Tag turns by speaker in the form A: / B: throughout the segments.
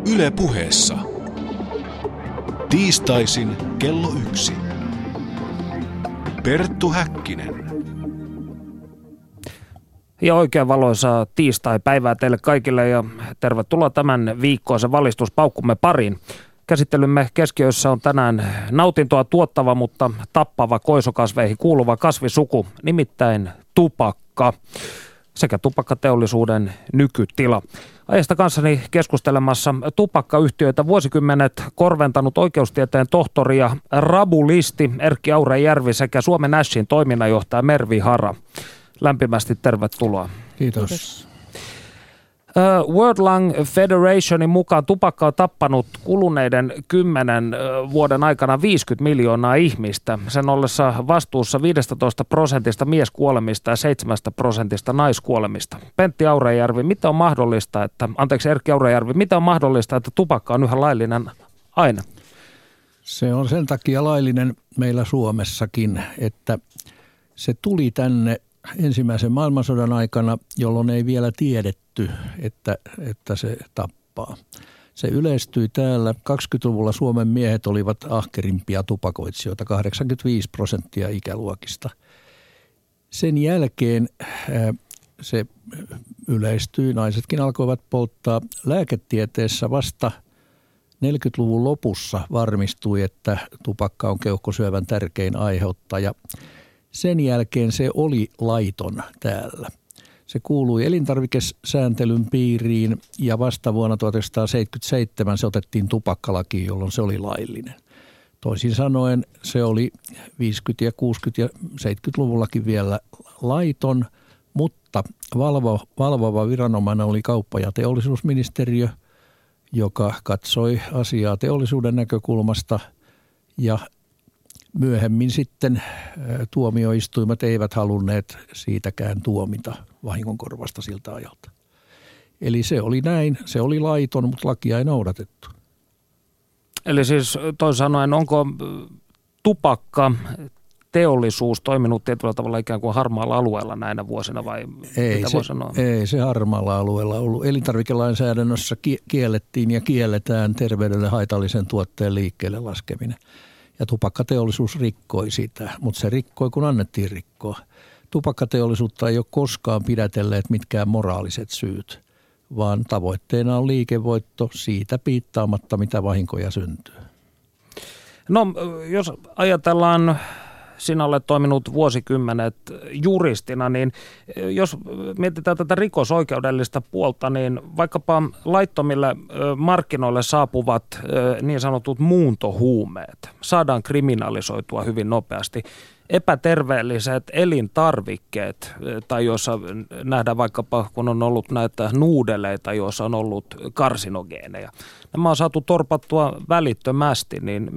A: Yle Puheessa. Tiistaisin kello 1. Perttu Häkkinen.
B: Ja oikein valoisaa tiistai-päivää teille kaikille ja tervetuloa tämän viikkoisen valistuspaukkumme pariin. Käsittelymme keskiössä on tänään nautintoa tuottava, mutta tappava koisokasveihin kuuluva kasvisuku, nimittäin tupakka sekä tupakkateollisuuden nykytila. Aiheesta kanssani keskustelemassa tupakkayhtiöitä vuosikymmenet korventanut oikeustieteen tohtori ja rabulisti Erkki Aurejärvi sekä Suomen Ashin toiminnanjohtaja Mervi Hara. Lämpimästi tervetuloa.
C: Kiitos.
B: World Lung Federationin mukaan tupakka on tappanut kuluneiden 10 vuoden aikana 50 miljoonaa ihmistä. Sen ollessa vastuussa 15% mieskuolemista ja 7% naiskuolemista. Erkki Aurejärvi, miten on mahdollista, että tupakka on yhä laillinen aina?
C: Se on sen takia laillinen meillä Suomessakin, että se tuli tänne ensimmäisen maailmansodan aikana, jolloin ei vielä tiedetty, että se tappaa. Se yleistyi täällä. 20-luvulla Suomen miehet olivat ahkerimpia tupakoitsijoita, 85% ikäluokista. Sen jälkeen se yleistyi, naisetkin alkoivat polttaa. Lääketieteessä vasta 40-luvun lopussa varmistui, että tupakka on keuhkosyövän tärkein aiheuttaja. Sen jälkeen se oli laiton täällä. Se kuului elintarvikesääntelyn piiriin ja vasta vuonna 1977 se otettiin tupakkalakiin, jolloin se oli laillinen. Toisin sanoen se oli 50- ja 60- ja 70-luvullakin vielä laiton, mutta valvova viranomainen oli kauppa- ja teollisuusministeriö, joka katsoi asiaa teollisuuden näkökulmasta ja myöhemmin sitten tuomioistuimet eivät halunneet siitäkään tuomita vahingonkorvausta siltä ajalta. Eli se oli näin, se oli laiton, mutta lakia ei noudatettu.
B: Eli siis toisin sanoen, onko tupakka teollisuus toiminut tietyllä tavalla ikään kuin harmaalla alueella näinä vuosina vai mitä voi sanoa?
C: Ei se harmaalla alueella ollut. Elintarvikelainsäädännössä kiellettiin ja kielletään terveydelle haitallisen tuotteen liikkeelle laskeminen. Ja tupakkateollisuus rikkoi sitä, mutta se rikkoi, kun annettiin rikkoa. Tupakkateollisuutta ei ole koskaan pidätelleet mitkään moraaliset syyt, vaan tavoitteena on liikevoitto siitä piittaamatta, mitä vahinkoja syntyy.
B: No, jos ajatellaan, sinä olet toiminut vuosikymmenet juristina, niin jos mietitään tätä rikosoikeudellista puolta, niin vaikkapa laittomille markkinoille saapuvat niin sanotut muuntohuumeet saadaan kriminalisoitua hyvin nopeasti. Epäterveelliset elintarvikkeet, tai joissa nähdään vaikkapa, kun on ollut näitä nuudeleita, joissa on ollut karsinogeeneja. Nämä on saatu torpattua välittömästi, niin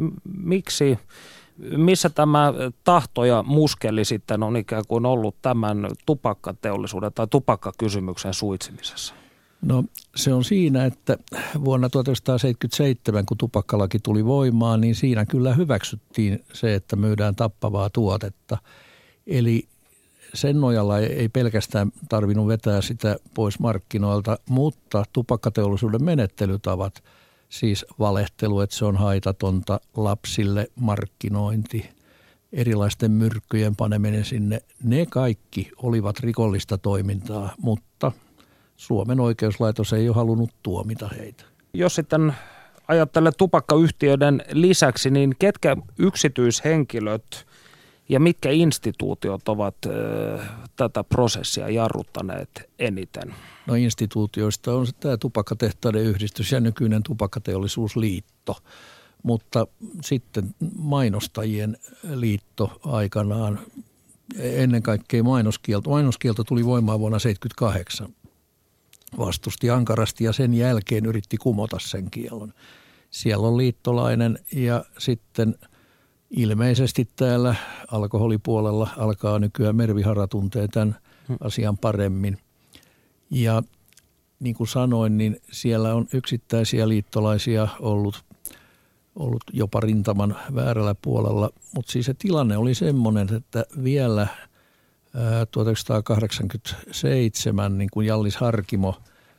B: missä tämä tahto ja muskeli sitten on ikään kuin ollut tämän tupakkateollisuuden tai tupakkakysymyksen suitsimisessa?
C: No se on siinä, että vuonna 1977, kun tupakkalaki tuli voimaan, niin siinä kyllä hyväksyttiin se, että myydään tappavaa tuotetta. Eli sen nojalla ei pelkästään tarvinnut vetää sitä pois markkinoilta, mutta tupakkateollisuuden menettelytavat, siis valehtelu, että se on haitatonta, lapsille markkinointi, erilaisten myrkkyjen paneminen sinne, ne kaikki olivat rikollista toimintaa, mutta Suomen oikeuslaitos ei ole halunnut tuomita heitä.
B: Jos sitten ajattelee tupakkayhtiöiden lisäksi, niin ketkä yksityishenkilöt ja mitkä instituutiot ovat tätä prosessia jarruttaneet eniten?
C: No instituutioista on tämä tupakkatehtaiden yhdistys ja nykyinen tupakkateollisuusliitto, mutta sitten mainostajien liitto aikanaan, ennen kaikkea mainoskielto. Mainoskielto tuli voimaan vuonna 1978. Vastusti ankarasti ja sen jälkeen yritti kumota sen kiellon. Siellä on liittolainen ja sitten ilmeisesti täällä alkoholipuolella alkaa nykyään Mervi Hara tuntee tämän asian paremmin. Ja niin kuin sanoin, niin siellä on yksittäisiä liittolaisia ollut jopa rintaman väärällä puolella. Mutta siis se tilanne oli semmoinen, että vielä 1987, niin kuin Jallis Harkimo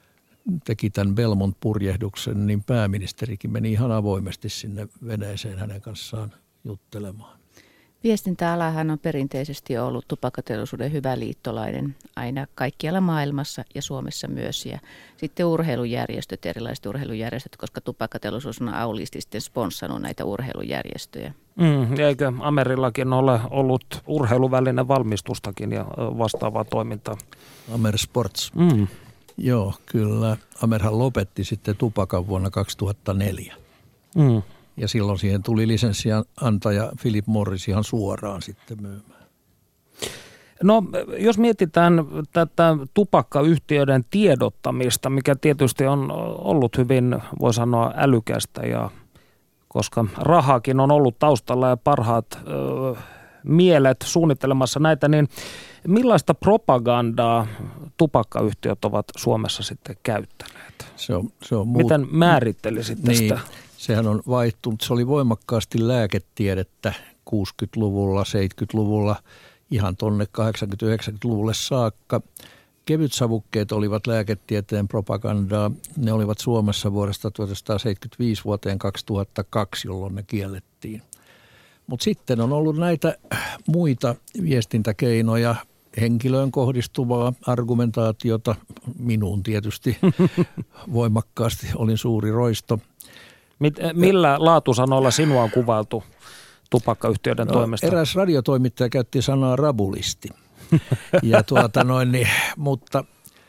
C: teki tämän Belmont-purjehduksen, niin pääministerikin meni ihan avoimesti sinne veneeseen hänen kanssaan juttelemaan.
D: Viestintäalahan on perinteisesti ollut tupakkateollisuuden hyvä liittolainen aina kaikkialla maailmassa ja Suomessa myös. Ja sitten urheilujärjestöt, erilaiset urheilujärjestöt, koska tupakkateollisuus on auliisti sitten sponssannut näitä urheilujärjestöjä.
B: Eikö Amerillakin ole ollut urheiluvälinen valmistustakin ja vastaavaa toimintaa?
C: Amer Sports. Joo, kyllä. Amerhan lopetti sitten tupakan vuonna 2004. Ja silloin siihen tuli lisenssiantaja Philip Morris ihan suoraan sitten myymään.
B: No, jos mietitään tätä tupakkayhtiöiden tiedottamista, mikä tietysti on ollut hyvin, voi sanoa, älykästä, ja koska rahaakin on ollut taustalla ja parhaat mielet suunnittelemassa näitä, niin millaista propagandaa tupakkayhtiöt ovat Suomessa sitten käyttäneet? Miten määrittelisit tästä?
C: Niin, sehän on vaihtunut. Se oli voimakkaasti lääketiedettä 60-luvulla, 70-luvulla, ihan tonne 80-90-luvulle saakka. Kevytsavukkeet olivat lääketieteen propagandaa. Ne olivat Suomessa vuodesta 1975 vuoteen 2002, jolloin ne kiellettiin. Mutta sitten on ollut näitä muita viestintäkeinoja, henkilöön kohdistuvaa argumentaatiota, minuun tietysti voimakkaasti, olin suuri roisto.
B: Millä laatusanoilla sinua on kuvailtu tupakkayhtiöiden toimesta?
C: Eräs radiotoimittaja käytti sanaa rabulisti. Ja mutta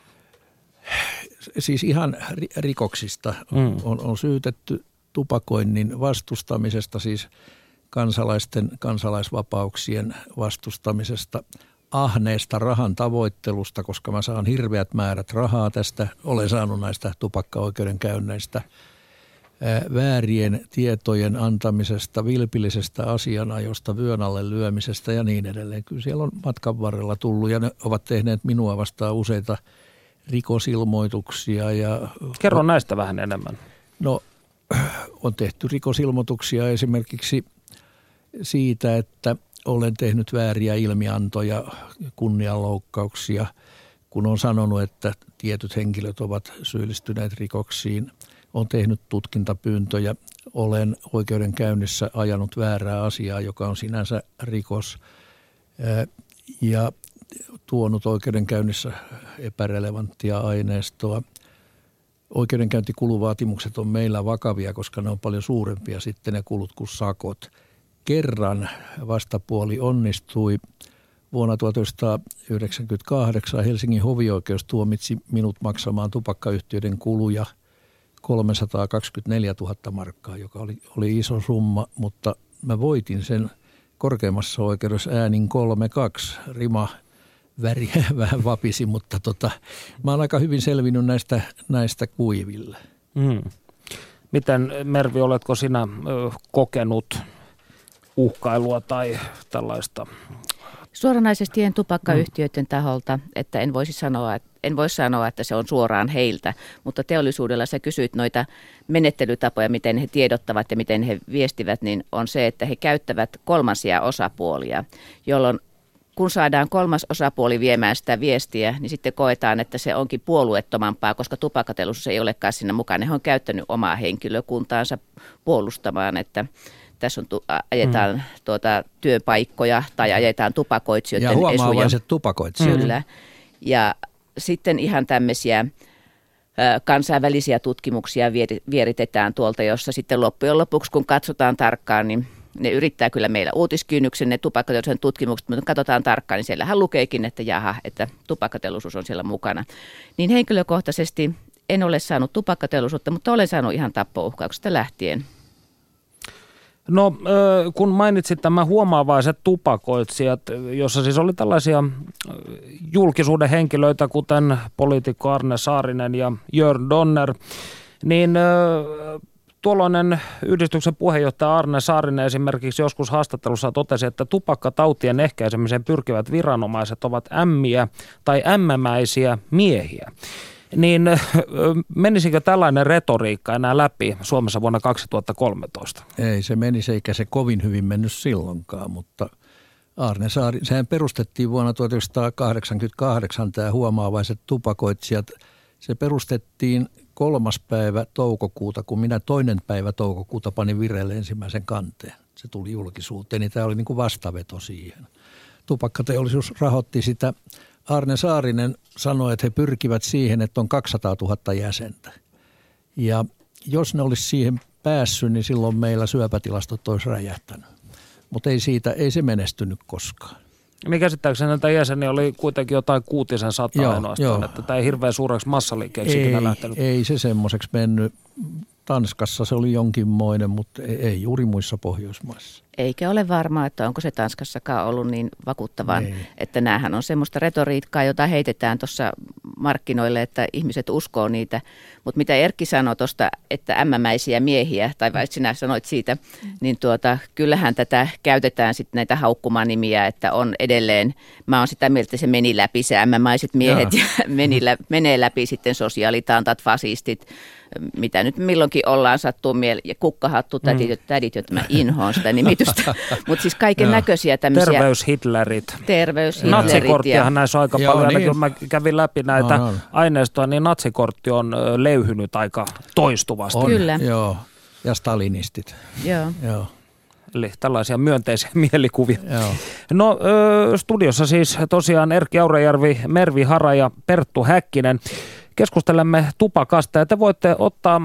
C: siis ihan rikoksista on syytetty tupakoinnin vastustamisesta, siis kansalaisten kansalaisvapauksien vastustamisesta, ahneesta rahan tavoittelusta, koska mä saan hirveät määrät rahaa tästä, olen saanut näistä tupakkaoikeudenkäynneistä, väärien tietojen antamisesta, vilpillisestä asianajosta, vyön alle lyömisestä ja niin edelleen. Kyllä siellä on matkan varrella tullut ja ne ovat tehneet minua vastaan useita rikosilmoituksia.
B: Kerro näistä vähän enemmän.
C: No, on tehty rikosilmoituksia esimerkiksi siitä, että olen tehnyt vääriä ilmiantoja, kunnianloukkauksia, kun on sanonut, että tietyt henkilöt ovat syyllistyneet rikoksiin. Olen tehnyt tutkintapyyntöjä, olen oikeudenkäynnissä ajanut väärää asiaa, joka on sinänsä rikos, ja tuonut oikeudenkäynnissä epärelevanttia aineistoa. Oikeudenkäyntikuluvaatimukset on meillä vakavia, koska ne on paljon suurempia sitten ne kulut kuin sakot. Kerran vastapuoli onnistui. Vuonna 1998 Helsingin hovioikeus tuomitsi minut maksamaan tupakkayhtiöiden kuluja 324 000 markkaa, joka oli iso summa, mutta mä voitin sen korkeimmassa oikeudessa äänin 3-2. Rima väriä vähän vapisi, mutta mä oon aika hyvin selvinnyt näistä kuiville.
B: Miten, Mervi, oletko sinä kokenut uhkailua tai tällaista?
D: Suoranaisesti en tupakkayhtiöiden taholta, että en voi sanoa, että se on suoraan heiltä, mutta teollisuudella sä kysyit noita menettelytapoja, miten he tiedottavat ja miten he viestivät, niin on se, että he käyttävät kolmansia osapuolia, jolloin kun saadaan kolmas osapuoli viemään sitä viestiä, niin sitten koetaan, että se onkin puolueettomampaa, koska tupakkateollisuus ei olekaan siinä mukana. He on käyttänyt omaa henkilökuntaansa puolustamaan, että tässä ajetaan työpaikkoja tai ajetaan tupakoitsijoiden esuja.
C: Ja huomaavaiset tupakoitsijat.
D: Kyllä. Ja sitten ihan tämmöisiä kansainvälisiä tutkimuksia vieritetään tuolta, jossa sitten loppujen lopuksi, kun katsotaan tarkkaan, niin ne yrittää kyllä meillä uutiskynnyksen, ne tupakkateollisuuden tutkimukset, mutta katsotaan tarkkaan, niin siellähän lukeekin, että että tupakkateollisuus on siellä mukana. Niin henkilökohtaisesti en ole saanut tupakkateollisuutta, mutta olen saanut ihan tappouhkauksesta lähtien.
B: No, kun mainitsit nämä huomaavaiset tupakoitsijat, jossa siis oli tällaisia julkisuuden henkilöitä, kuten poliitikko Arne Saarinen ja Jörn Donner, niin tuolloinen yhdistyksen puheenjohtaja Arne Saarinen esimerkiksi joskus haastattelussa totesi, että tupakkatautien ehkäisemiseen pyrkivät viranomaiset ovat ämmiä tai ämmämäisiä miehiä. Niin menisikö tällainen retoriikka enää läpi Suomessa vuonna 2013?
C: Ei se menisi, eikä se kovin hyvin mennyt silloinkaan, mutta Arne Saarinen, sehän perustettiin vuonna 1988 tämä huomaavaiset tupakoitsijat Se perustettiin 3. päivä toukokuuta, kun minä 2. päivä toukokuuta panin vireille ensimmäisen kanteen. Se tuli julkisuuteen, niin tämä oli niin kuin vastaveto siihen. Tupakkateollisuus rahoitti sitä. Arne Saarinen sanoi, että he pyrkivät siihen, että on 200 000 jäsentä. Ja jos ne olisi siihen päässyt, niin silloin meillä syöpätilastot olisi räjähtänyt. Mutta ei se menestynyt koskaan.
B: Mikä käsittääkseni näitä jäseniä oli kuitenkin jotain 600 ainoastaan, että tämä ei hirveän suureksi massaliikkeeksi ikinä lähtenyt.
C: Ei se semmoiseksi mennyt. Tanskassa se oli jonkinmoinen, mutta ei juuri muissa Pohjoismaissa.
D: Eikä ole varmaa, että onko se Tanskassakaan ollut niin vakuuttavan, että näähän on semmoista retoriikkaa, jota heitetään tuossa markkinoille, että ihmiset uskoo niitä. Mutta mitä Erkki sanoi tuosta, että ämmämäisiä miehiä, tai vai sinä sanoit siitä, niin kyllähän tätä käytetään sitten näitä haukkumanimiä, että on edelleen, mä oon sitä mieltä, että se meni läpi, se ämmämäiset miehet, ja menee läpi sitten sosiaalitantat, fasistit, mitä nyt milloinkin ollaan sattuu ja kukkahattu, tädit, jotta mä inhoon sitä nimitystä. Mutta siis kaiken näköisiä tämmöisiä.
B: Terveyshitlerit.
D: Natsikorttiahan
B: näissä on aika paljon. Niin. Kun mä kävin läpi näitä aineistoa, niin natsikortti on leyhynyt aika toistuvasti.
D: Kyllä.
C: Joo. Ja stalinistit.
D: Joo.
B: Eli tällaisia myönteisiä mielikuvia.
C: Joo.
B: No studiossa siis tosiaan Erkki Aurajärvi, Mervi Hara ja Perttu Häkkinen. Keskustelemme tupakasta ja te voitte ottaa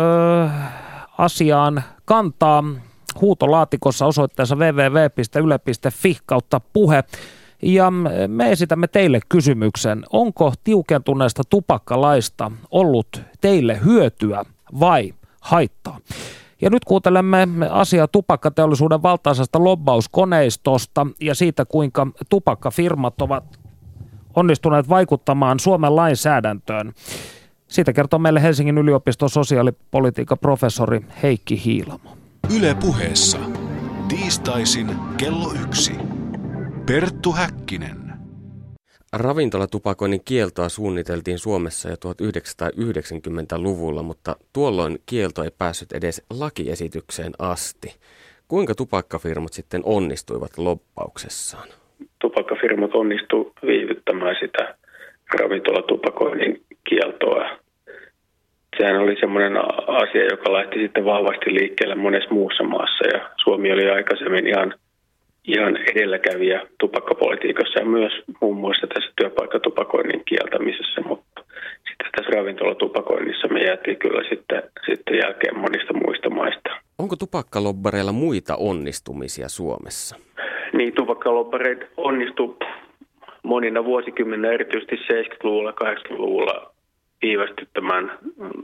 B: asiaan kantaa huutolaatikossa osoitteessa www.yle.fi/puhe. Ja me esitämme teille kysymyksen, onko tiukentuneesta tupakkalaista ollut teille hyötyä vai haittaa? Ja nyt kuuntelemme asiaa tupakkateollisuuden valtaisesta lobbauskoneistosta ja siitä, kuinka tupakkafirmat ovat onnistuneet vaikuttamaan Suomen lainsäädäntöön. Siitä kertoo meille Helsingin yliopiston sosiaalipolitiikan professori Heikki Hiilamo.
A: Yle Puheessa. Tiistaisin kello 1. Perttu Häkkinen.
E: Ravintolatupakoinnin kieltoa suunniteltiin Suomessa jo 1990-luvulla, mutta tuolloin kielto ei päässyt edes lakiesitykseen asti. Kuinka tupakkafirmat sitten onnistuivat lobbauksessaan?
F: Tupakkafirmat onnistuivat viivyttämään sitä ravintolatupakoinnin kieltoa. Sehän oli semmoinen asia, joka lähti sitten vahvasti liikkeelle monessa muussa maassa ja Suomi oli aikaisemmin ihan edelläkävijä tupakkapolitiikassa ja myös muun muassa tässä työpaikkatupakoinnin kieltämisessä, mutta sitten tässä ravintolatupakoinnissa me jäätiin kyllä sitten jälkeen monista muista maista.
E: Onko tupakkalobbareilla muita onnistumisia Suomessa?
F: Niin, tupakkalobbareita onnistui monina vuosikymmeninä, erityisesti 70-luvulla ja 80-luvulla viivästyttämään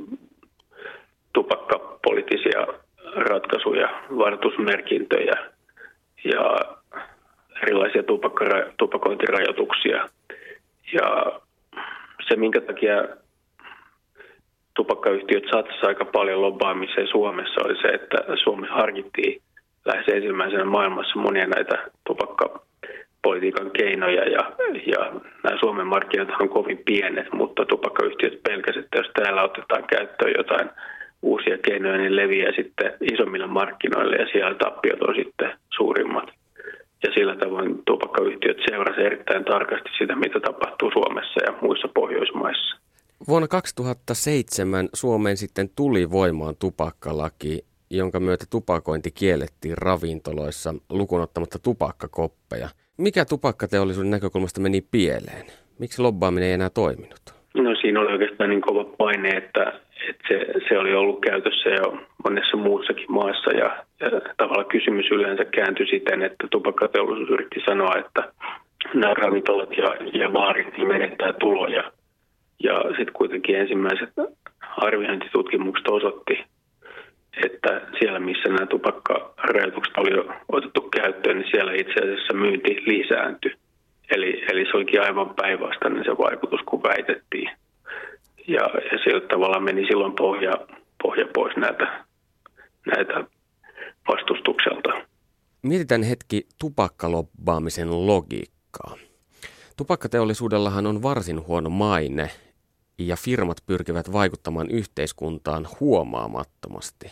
F: tupakkapoliittisia ratkaisuja, varoitusmerkintöjä ja erilaisia tupakointirajoituksia. Ja se, minkä takia tupakkayhtiöt satsasivat aika paljon lobbaamiseen Suomessa, oli se, että Suomi harkittiin lähes ensimmäisenä maailmassa monia näitä tupakkapolitiikan keinoja. Ja nämä Suomen markkinat on kovin pienet, mutta tupakkayhtiöt pelkäsivät, että jos täällä otetaan käyttöön jotain uusia keinoja, niin leviää sitten isommille markkinoille ja siellä tappiot on sitten suurimmat. Ja sillä tavoin tupakkayhtiöt seurasivat erittäin tarkasti sitä, mitä tapahtuu Suomessa ja muissa Pohjoismaissa.
E: Vuonna 2007 Suomeen sitten tuli voimaan tupakkalaki, jonka myötä tupakointi kiellettiin ravintoloissa lukuun ottamatta tupakkakoppeja. Mikä tupakkateollisuuden näkökulmasta meni pieleen? Miksi lobbaaminen ei enää toiminut?
F: No siinä oli oikeastaan niin kova paine, että se oli ollut käytössä jo monessa muussakin maassa ja tavallaan kysymys yleensä kääntyi siten, että tupakkateollisuus yritti sanoa, että nämä ravintolat ja baarit niin menettää tuloja. Ja sitten kuitenkin ensimmäiset arviointitutkimukset osoitti, että siellä missä nämä tupakkarajoitukset oli jo otettu käyttöön, niin siellä itse asiassa myynti lisääntyi. Eli se olikin aivan päinvastainen se vaikutus, kun väitettiin. Ja sillä tavalla meni silloin pohja pois näitä vastustukselta.
E: Mietitään hetki tupakkalobbaamisen logiikkaa. Tupakkateollisuudellahan on varsin huono maine ja firmat pyrkivät vaikuttamaan yhteiskuntaan huomaamattomasti.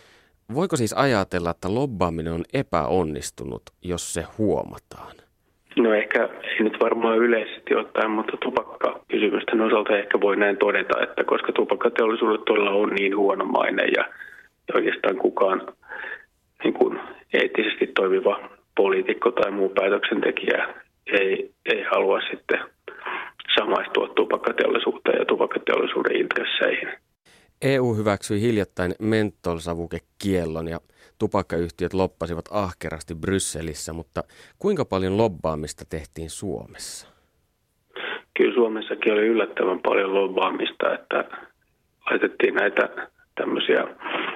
E: Voiko siis ajatella, että lobbaaminen on epäonnistunut, jos se huomataan?
F: No ehkä ei nyt varmaan yleisesti ottaen, mutta tupakkakysymysten osalta ehkä voi näin todeta, että koska tupakkateollisuudella todella on niin huono maine ja oikeastaan kukaan niin kuin eettisesti toimiva poliitikko tai muu päätöksentekijä ei halua sitten samaistua tupakkateollisuuteen ja tupakkateollisuuden intresseihin.
E: EU hyväksyi hiljattain mentolsavukekiellon ja tupakkayhtiöt loppasivat ahkerasti Brysselissä, mutta kuinka paljon lobbaamista tehtiin Suomessa?
F: Kyllä Suomessakin oli yllättävän paljon lobbaamista, että laitettiin näitä tämmöisiä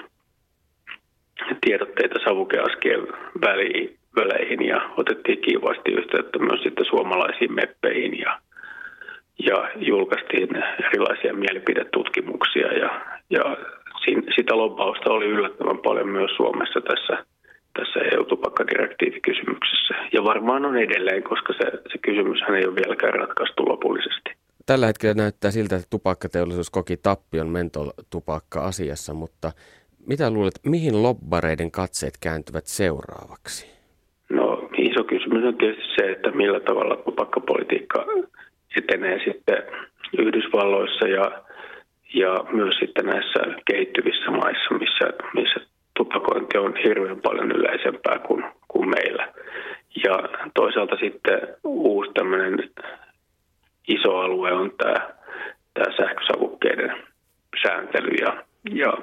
F: tiedotteita savukeaskien väleihin ja otettiin kiivaasti yhteyttä myös sitten suomalaisiin meppeihin ja julkaistiin erilaisia mielipidetutkimuksia ja sitä lobbausta oli yllättävän paljon myös Suomessa tässä EU-tupakkadirektiivikysymyksessä. Ja varmaan on edelleen, koska se kysymyshän ei ole vieläkään ratkaistu lopullisesti.
E: Tällä hetkellä näyttää siltä, että tupakkateollisuus koki tappion mentoltupakka-asiassa, mutta mitä luulet, mihin lobbareiden katseet kääntyvät seuraavaksi?
F: No iso kysymys on tietysti se, että millä tavalla tupakkapolitiikka etenee sitten Yhdysvalloissa ja myös sitten näissä kehittyvissä maissa, missä tupakointi on hirveän paljon yleisempää kuin meillä. Ja toisaalta sitten uusi tämmöinen iso alue on tämä sähkösavukkeiden sääntely ja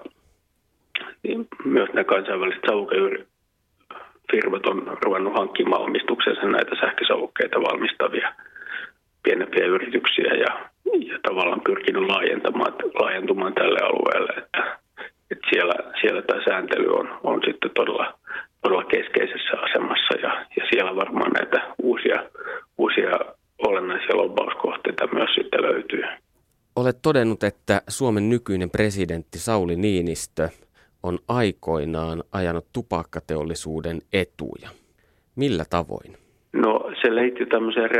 F: myös nämä kansainväliset savukefirmat on ruvennut hankkimaan omistuksensa näitä sähkösavukkeita valmistavia pienempiä yrityksiä ja tavallaan pyrkinyt laajentumaan tälle alueelle, että siellä tämä sääntely on sitten todella keskeisessä asemassa ja siellä varmaan näitä uusia olennaisia lobbauskohteita myös sitten löytyy.
E: Olet todennut, että Suomen nykyinen presidentti Sauli Niinistö on aikoinaan ajanut tupakkateollisuuden etuja. Millä tavoin?
F: No se liittyy tämmöiseen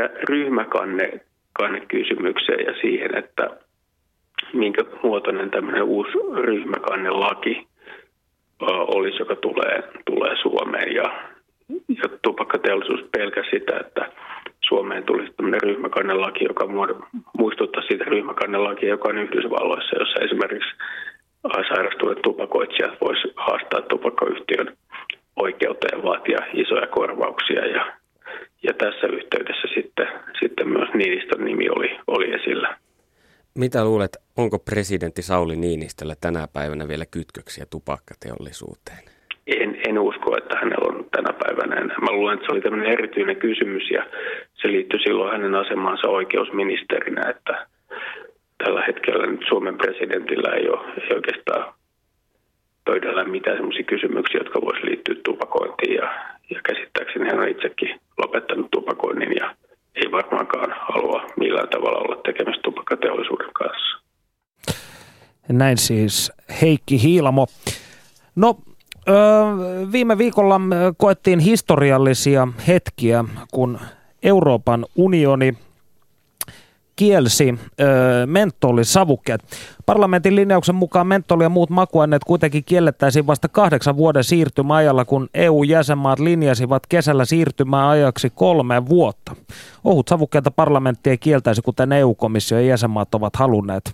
F: ryhmäkannekysymykseen ja siihen, että minkä muotoinen tämmöinen uusi ryhmäkannelaki olisi, joka tulee Suomeen. Ja tupakkateollisuus pelkäsi sitä, että Suomeen tulisi tämmöinen ryhmäkannelaki, joka muistuttaa siitä ryhmäkannelakia, joka on Yhdysvalloissa, jossa esimerkiksi sairastuneet tupakoitsijat voisi haastaa tupakkayhtiön oikeuteen vaatia isoja korvauksia ja tässä yhteydessä sitten myös Niinistön nimi oli esillä.
E: Mitä luulet, onko presidentti Sauli Niinistöllä tänä päivänä vielä kytköksiä tupakkateollisuuteen?
F: En usko, että hänellä on tänä päivänä enää. Mä luulen, että se oli tämmöinen erityinen kysymys ja se liittyi silloin hänen asemaansa oikeusministerinä, että tällä hetkellä nyt Suomen presidentillä ei ole oikeastaan pöydällä mitään sellaisia kysymyksiä, jotka voisi liittyä tupakointiin ja käsittääkseni hän on itsekin lopettanut tupakoinnin ja ei varmaankaan halua millään tavalla olla tekemistä tupakkateollisuuden kanssa.
B: Näin siis Heikki Hiilamo. No, viime viikolla koettiin historiallisia hetkiä, kun Euroopan unioni kielsi mentolisavukkeet. Parlamentin linjauksen mukaan mentoli ja muut makuaineet kuitenkin kiellettäisiin vasta 8 vuoden siirtymäajalla, kun EU-jäsenmaat linjasivat kesällä siirtymäajaksi 3 vuotta. Ohut savukkeita parlamentti ei kieltäisi, kuten EU-komissio ja jäsenmaat ovat halunneet.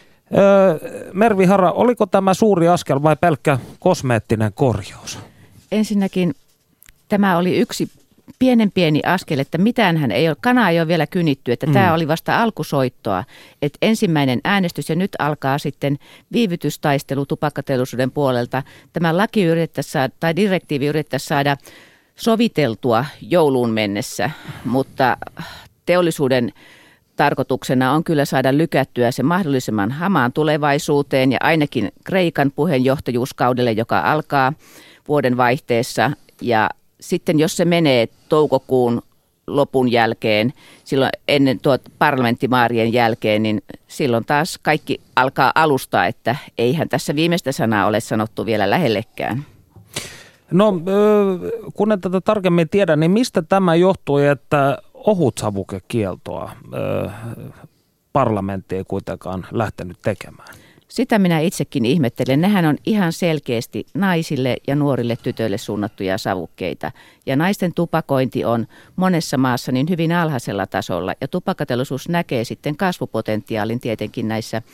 B: Mervi Hara, oliko tämä suuri askel vai pelkkä kosmeettinen korjaus?
D: Ensinnäkin tämä oli yksi pieni askel, että kanaa ei ole vielä kynitty, että tämä oli vasta alkusoittoa, että ensimmäinen äänestys ja nyt alkaa sitten viivytystaistelu tupakkateollisuuden puolelta. Tämä direktiivi yrittäisi saada soviteltua jouluun mennessä, mutta teollisuuden tarkoituksena on kyllä saada lykättyä se mahdollisimman hamaan tulevaisuuteen ja ainakin Kreikan puheenjohtajuuskaudelle, joka alkaa vuoden vaihteessa ja sitten jos se menee toukokuun lopun jälkeen, silloin ennen parlamenttimaarien jälkeen, niin silloin taas kaikki alkaa alusta, että eihän tässä viimeistä sanaa ole sanottu vielä lähellekään.
B: No, kun en tätä tarkemmin tiedä, niin mistä tämä johtui, että ohutsavukekieltoa parlamentti ei kuitenkaan lähtenyt tekemään?
D: Sitä minä itsekin ihmettelen. Nehän on ihan selkeästi naisille ja nuorille tytöille suunnattuja savukkeita. Ja naisten tupakointi on monessa maassa niin hyvin alhaisella tasolla. Ja tupakkateollisuus näkee sitten kasvupotentiaalin tietenkin näissä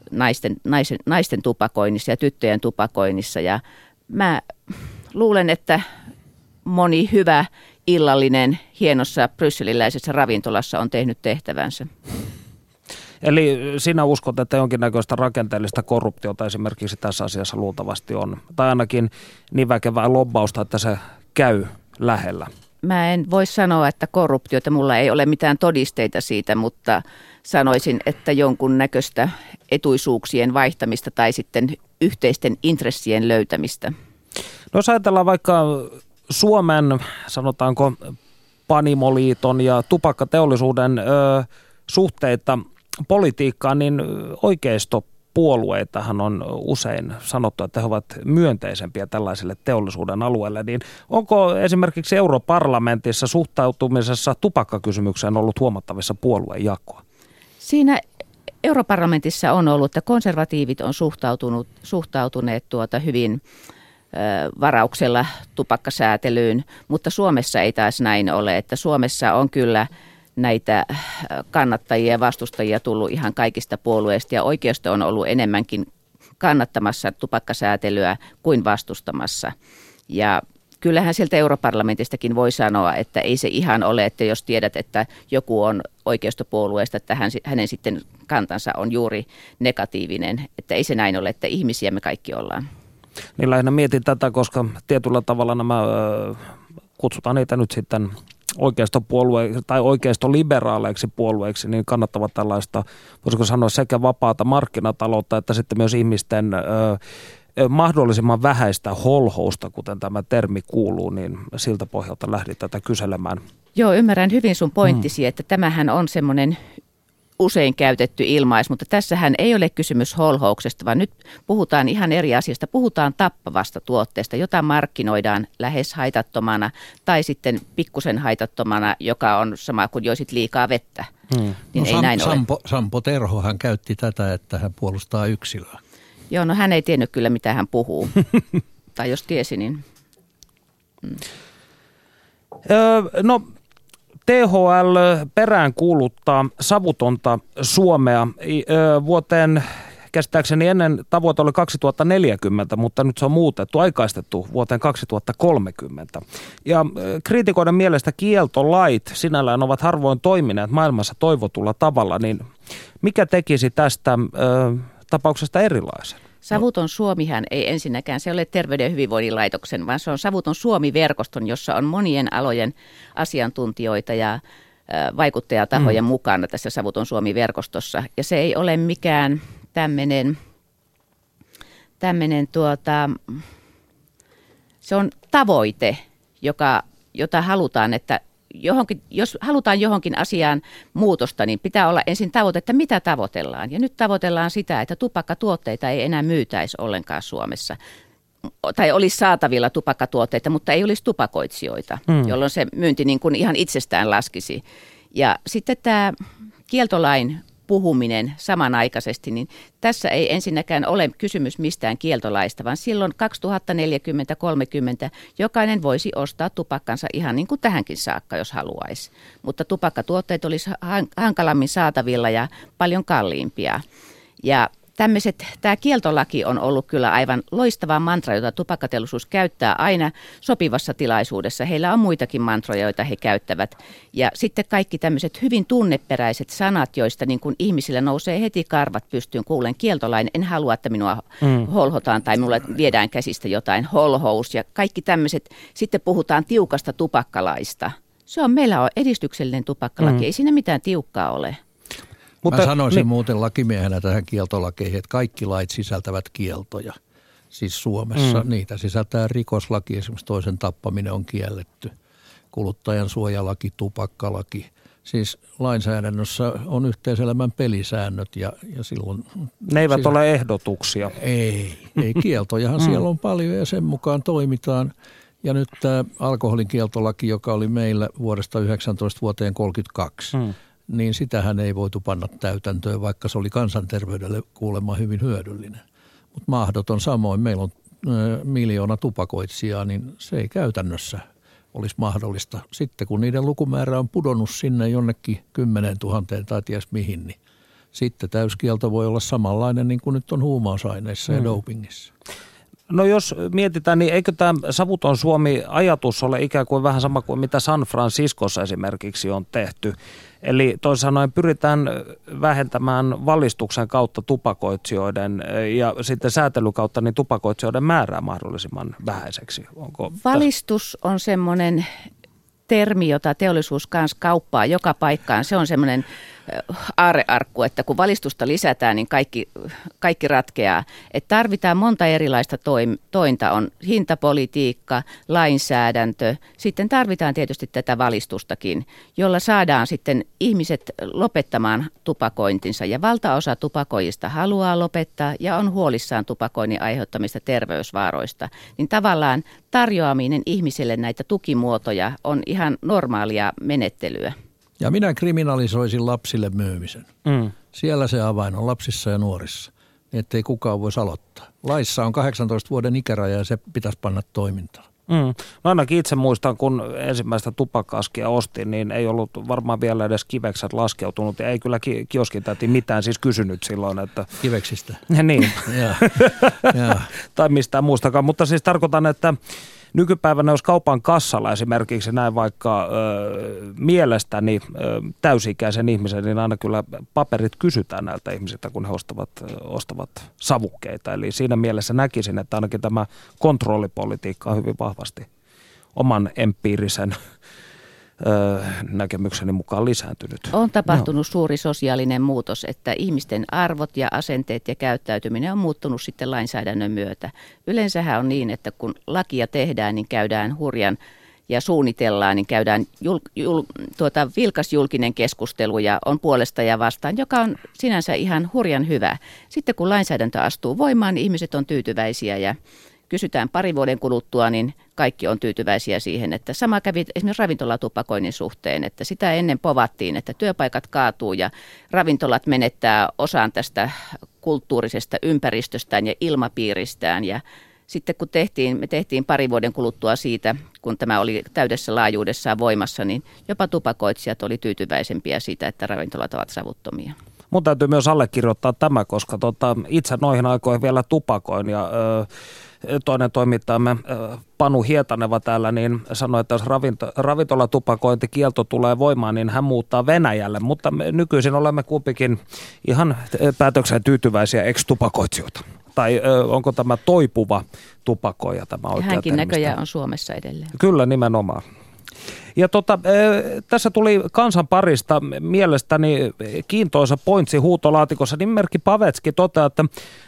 D: naisten tupakoinnissa ja tyttöjen tupakoinnissa. Ja mä luulen, että moni hyvä illallinen hienossa brysseliläisessä ravintolassa on tehnyt tehtävänsä.
B: Eli sinä uskot, että jonkinnäköistä rakenteellista korruptiota esimerkiksi tässä asiassa luultavasti on, tai ainakin niin väkevää lobbausta, että se käy lähellä?
D: Mä en voi sanoa, että korruptiota, mulla ei ole mitään todisteita siitä, mutta sanoisin, että jonkunnäköistä etuisuuksien vaihtamista tai sitten yhteisten intressien löytämistä.
B: No jos ajatellaan vaikka Suomen, sanotaanko Panimoliiton ja tupakkateollisuuden suhteita politiikkaan, niin oikeistopuolueitahan on usein sanottu, että he ovat myönteisempiä tällaisille teollisuuden alueelle. Niin onko esimerkiksi europarlamentissa suhtautumisessa tupakkakysymykseen ollut huomattavissa puoluejakoa?
D: Siinä europarlamentissa on ollut, että konservatiivit on suhtautuneet hyvin varauksella tupakkasäätelyyn, mutta Suomessa ei taas näin ole, että Suomessa on kyllä näitä kannattajia ja vastustajia tullut ihan kaikista puolueista ja oikeisto on ollut enemmänkin kannattamassa tupakkasäätelyä kuin vastustamassa. Ja kyllähän sieltä europarlamentistakin voi sanoa, että ei se ihan ole, että jos tiedät, että joku on oikeistopuolueesta, että hänen sitten kantansa on juuri negatiivinen, että ei se näin ole, että ihmisiä me kaikki ollaan.
B: Niin lähinnä mietin tätä, koska tietyllä tavalla nämä, kutsutaan niitä nyt sitten oikeistopuolueiksi tai oikeistoliberaaleiksi puolueiksi, niin kannattavat tällaista, voisiko sanoa, sekä vapaata markkinataloutta että sitten myös ihmisten mahdollisimman vähäistä holhousta, kuten tämä termi kuuluu, niin siltä pohjalta lähdin tätä kyselemään.
D: Joo, ymmärrän hyvin sun pointtisi, että tämähän on semmoinen usein käytetty ilmais, mutta tässähän ei ole kysymys holhouksesta, vaan nyt puhutaan ihan eri asiasta. Puhutaan tappavasta tuotteesta, jota markkinoidaan lähes haitattomana tai sitten pikkusen haitattomana, joka on sama kuin joisit liikaa vettä. Niin ei näin ole.
C: Sampo Terho hän käytti tätä, että hän puolustaa yksilöä.
D: Joo, no hän ei tiennyt kyllä, mitä hän puhuu. Tai jos tiesi, niin...
B: No... THL peräänkuuluttaa savutonta Suomea vuoteen, käsittääkseni ennen tavoite oli 2040, mutta nyt se on muutettu, aikaistettu vuoteen 2030. Ja kriitikoiden mielestä kieltolait sinällään ovat harvoin toimineet maailmassa toivotulla tavalla, niin mikä tekisi tästä tapauksesta erilaisen?
D: Savuton Suomihan ei ensinnäkään, se ole Terveyden ja hyvinvoinnin laitoksen, vaan se on Savuton Suomi-verkoston, jossa on monien alojen asiantuntijoita ja vaikuttajatahoja mukana tässä Savuton Suomi-verkostossa. Ja se ei ole mikään tämmöinen se on tavoite, jota halutaan, että jos halutaan johonkin asiaan muutosta, niin pitää olla ensin tavoite, että mitä tavoitellaan. Ja nyt tavoitellaan sitä, että tupakkatuotteita ei enää myytäisi ollenkaan Suomessa. Tai olisi saatavilla tupakkatuotteita, mutta ei olisi tupakoitsijoita, jolloin se myynti niin kuin ihan itsestään laskisi. Ja sitten tämä kieltolain puhuminen samanaikaisesti, niin tässä ei ensinnäkään ole kysymys mistään kieltolaista, vaan silloin 2040-30 jokainen voisi ostaa tupakkansa ihan niin kuin tähänkin saakka, jos haluaisi. Mutta tupakkatuotteet olisi hankalammin saatavilla ja paljon kalliimpia. Ja tämä kieltolaki on ollut kyllä aivan loistava mantra, jota tupakkateollisuus käyttää aina sopivassa tilaisuudessa. Heillä on muitakin mantroja, joita he käyttävät. Ja sitten kaikki tämmöiset hyvin tunneperäiset sanat, joista niin kuin ihmisillä nousee heti karvat pystyyn, kuulen kieltolain, en halua, että minua holhotaan tai minulle viedään käsistä jotain, holhous ja kaikki tämmöiset. Sitten puhutaan tiukasta tupakkalaista. Meillä on edistyksellinen tupakkalaki, ei siinä mitään tiukkaa ole.
C: Mä sanoisin muuten lakimiehenä tähän kieltolakeihin, että kaikki lait sisältävät kieltoja. Siis Suomessa niitä sisältää rikoslaki, esimerkiksi toisen tappaminen on kielletty, kuluttajan suojalaki, tupakkalaki. Siis lainsäädännössä on yhteiselämän pelisäännöt ja silloin...
B: Ne eivät ole ehdotuksia.
C: Ei kieltojahan siellä on paljon ja sen mukaan toimitaan. Ja nyt tämä alkoholin kieltolaki, joka oli meillä vuodesta 19 vuoteen 1932, niin sitähän ei voitu panna täytäntöön, vaikka se oli kansanterveydelle kuulemma hyvin hyödyllinen. Mutta mahdoton samoin, meillä on 1 miljoona tupakoitsijaa, niin se ei käytännössä olisi mahdollista. Sitten kun niiden lukumäärä on pudonnut sinne jonnekin 10 000 tai ties mihin, niin sitten täyskielto voi olla samanlainen niin kuin nyt on huumausaineissa ja dopingissa.
B: No jos mietitään, niin eikö tämä savuton Suomi-ajatus ole ikään kuin vähän sama kuin mitä San Franciscossa esimerkiksi on tehty? Eli toisin sanoen pyritään vähentämään valistuksen kautta tupakoitsijoiden ja sitten säätelyn kautta niin tupakoitsijoiden määrää mahdollisimman vähäiseksi.
D: Valistus on semmoinen termi, jota teollisuus kanssa kauppaa joka paikkaan. Se on semmoinen aarrearkku, että kun valistusta lisätään, niin kaikki ratkeaa. Että tarvitaan monta erilaista tointa. On hintapolitiikka, lainsäädäntö. Sitten tarvitaan tietysti tätä valistustakin, jolla saadaan sitten ihmiset lopettamaan tupakointinsa. Ja valtaosa tupakoijista haluaa lopettaa ja on huolissaan tupakoinnin aiheuttamista terveysvaaroista. Niin tavallaan tarjoaminen ihmisille näitä tukimuotoja on ihan normaalia menettelyä.
C: Ja minä kriminalisoisin lapsille myymisen. Siellä se avain on lapsissa ja nuorissa, niin ettei kukaan voisi aloittaa. Laissa on 18 vuoden ikäraja ja se pitäisi panna toimintaan.
B: No ainakin itse muistan, kun ensimmäistä tupakka-askia ostin, niin ei ollut varmaan vielä edes kivekset laskeutunut. Ja ei kyllä kioskin täti mitään siis kysynyt silloin. Että
C: kiveksistä?
B: Niin. Tai mistään muustakaan. Mutta siis tarkoitan, että nykypäivänä, jos kaupan kassalla esimerkiksi näin vaikka mielestäni täysi-ikäisen ihmisen, niin aina kyllä paperit kysytään näiltä ihmisiltä, kun he ostavat savukkeita. Eli siinä mielessä näkisin, että ainakin tämä kontrollipolitiikka on hyvin vahvasti oman empiirisen näkemykseni mukaan lisääntynyt.
D: On tapahtunut suuri sosiaalinen muutos, että ihmisten arvot ja asenteet ja käyttäytyminen on muuttunut sitten lainsäädännön myötä. Yleensähän on niin, että kun lakia tehdään, niin käydään hurjan ja suunnitellaan, niin käydään vilkas julkinen keskustelu ja on puolesta ja vastaan, joka on sinänsä ihan hurjan hyvä. Sitten kun lainsäädäntö astuu voimaan, niin ihmiset on tyytyväisiä ja kysytään 2 vuoden kuluttua, niin kaikki on tyytyväisiä siihen, että sama kävi esimerkiksi ravintolatupakoinnin suhteen, että sitä ennen povattiin, että työpaikat kaatuu ja ravintolat menettää osaan tästä kulttuurisesta ympäristöstään ja ilmapiiristään. Ja sitten kun me tehtiin 2 vuoden kuluttua siitä, kun tämä oli täydessä laajuudessaan voimassa, niin jopa tupakoitsijat oli tyytyväisempiä siitä, että ravintolat ovat savuttomia.
B: Mun täytyy myös allekirjoittaa tämä, koska itse noihin aikoihin vielä tupakoin ja toinen toimittajamme Panu Hietaneva täällä niin sanoi, että jos ravintolatupakointikielto tulee voimaan, niin hän muuttaa Venäjälle, mutta nykyisin olemme kumpikin ihan päätökseen tyytyväisiä ex-tupakoitsijoita. Tai onko tämä toipuva tupakoija tämä oikea
D: hänkin
B: termistä?
D: Näköjään on Suomessa edelleen.
B: Kyllä, nimenomaan. Ja tässä tuli kansan parista mielestäni kiintoisa pointsi huutolaatikossa. Nimimerkki Pavetski toteaa, että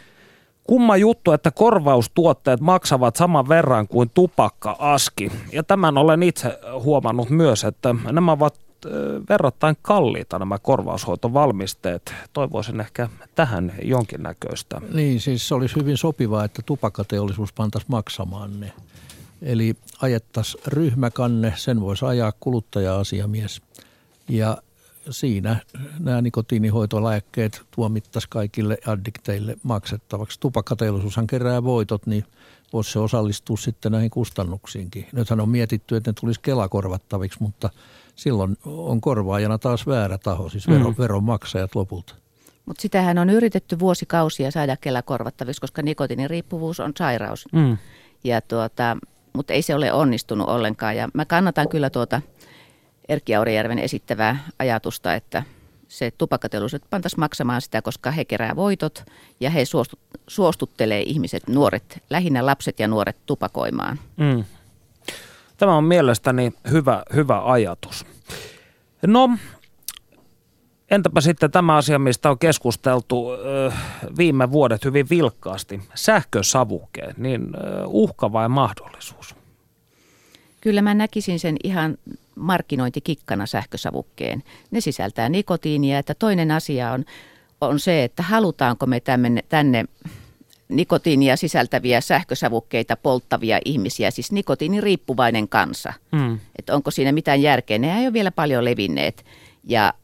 B: kumma juttu, että korvaustuotteet maksavat saman verran kuin tupakka-aski. Ja tämän olen itse huomannut myös, että nämä ovat verrattain kalliita nämä korvaushoitovalmisteet. Toivoisin ehkä tähän jonkinnäköistä.
C: Niin, siis se olisi hyvin sopivaa, että tupakkateollisuus pantaisi maksamaan ne. Eli ajettaisiin ryhmäkanne, sen voisi ajaa kuluttaja-asiamies ja siinä nämä nikotiinihoitolääkkeet tuomittaisiin kaikille addikteille maksettavaksi. Tupakkateollisuushan kerää voitot, niin voisi se osallistua sitten näihin kustannuksiinkin. Nythän on mietitty, että ne tulisi Kela-korvattaviksi, mutta silloin on korvaajana taas väärä taho, siis veronmaksajat lopulta.
D: Mutta sitähän on yritetty vuosikausia saada Kela-korvattaviksi, koska nikotiiniriippuvuus on sairaus. Ja mutta ei se ole onnistunut ollenkaan. Ja mä kannatan kyllä Erkki Aurijärven esittävää ajatusta, että se tupakkateollisuus pantaisi maksamaan sitä, koska he kerää voitot ja he suostuttelee ihmiset, nuoret, lähinnä lapset ja nuoret tupakoimaan.
B: Tämä on mielestäni hyvä ajatus. No, entäpä sitten tämä asia, mistä on keskusteltu viime vuodet hyvin vilkkaasti, sähkösavukkeet, niin uhka vai mahdollisuus?
D: Kyllä mä näkisin sen ihan markkinointikikkana sähkösavukkeen. Ne sisältää nikotiinia, että toinen asia on se, että halutaanko me tänne nikotiinia sisältäviä sähkösavukkeita polttavia ihmisiä, siis nikotiiniriippuvainen kansa. Että onko siinä mitään järkeä, ne ei ole vielä paljon levinneet ja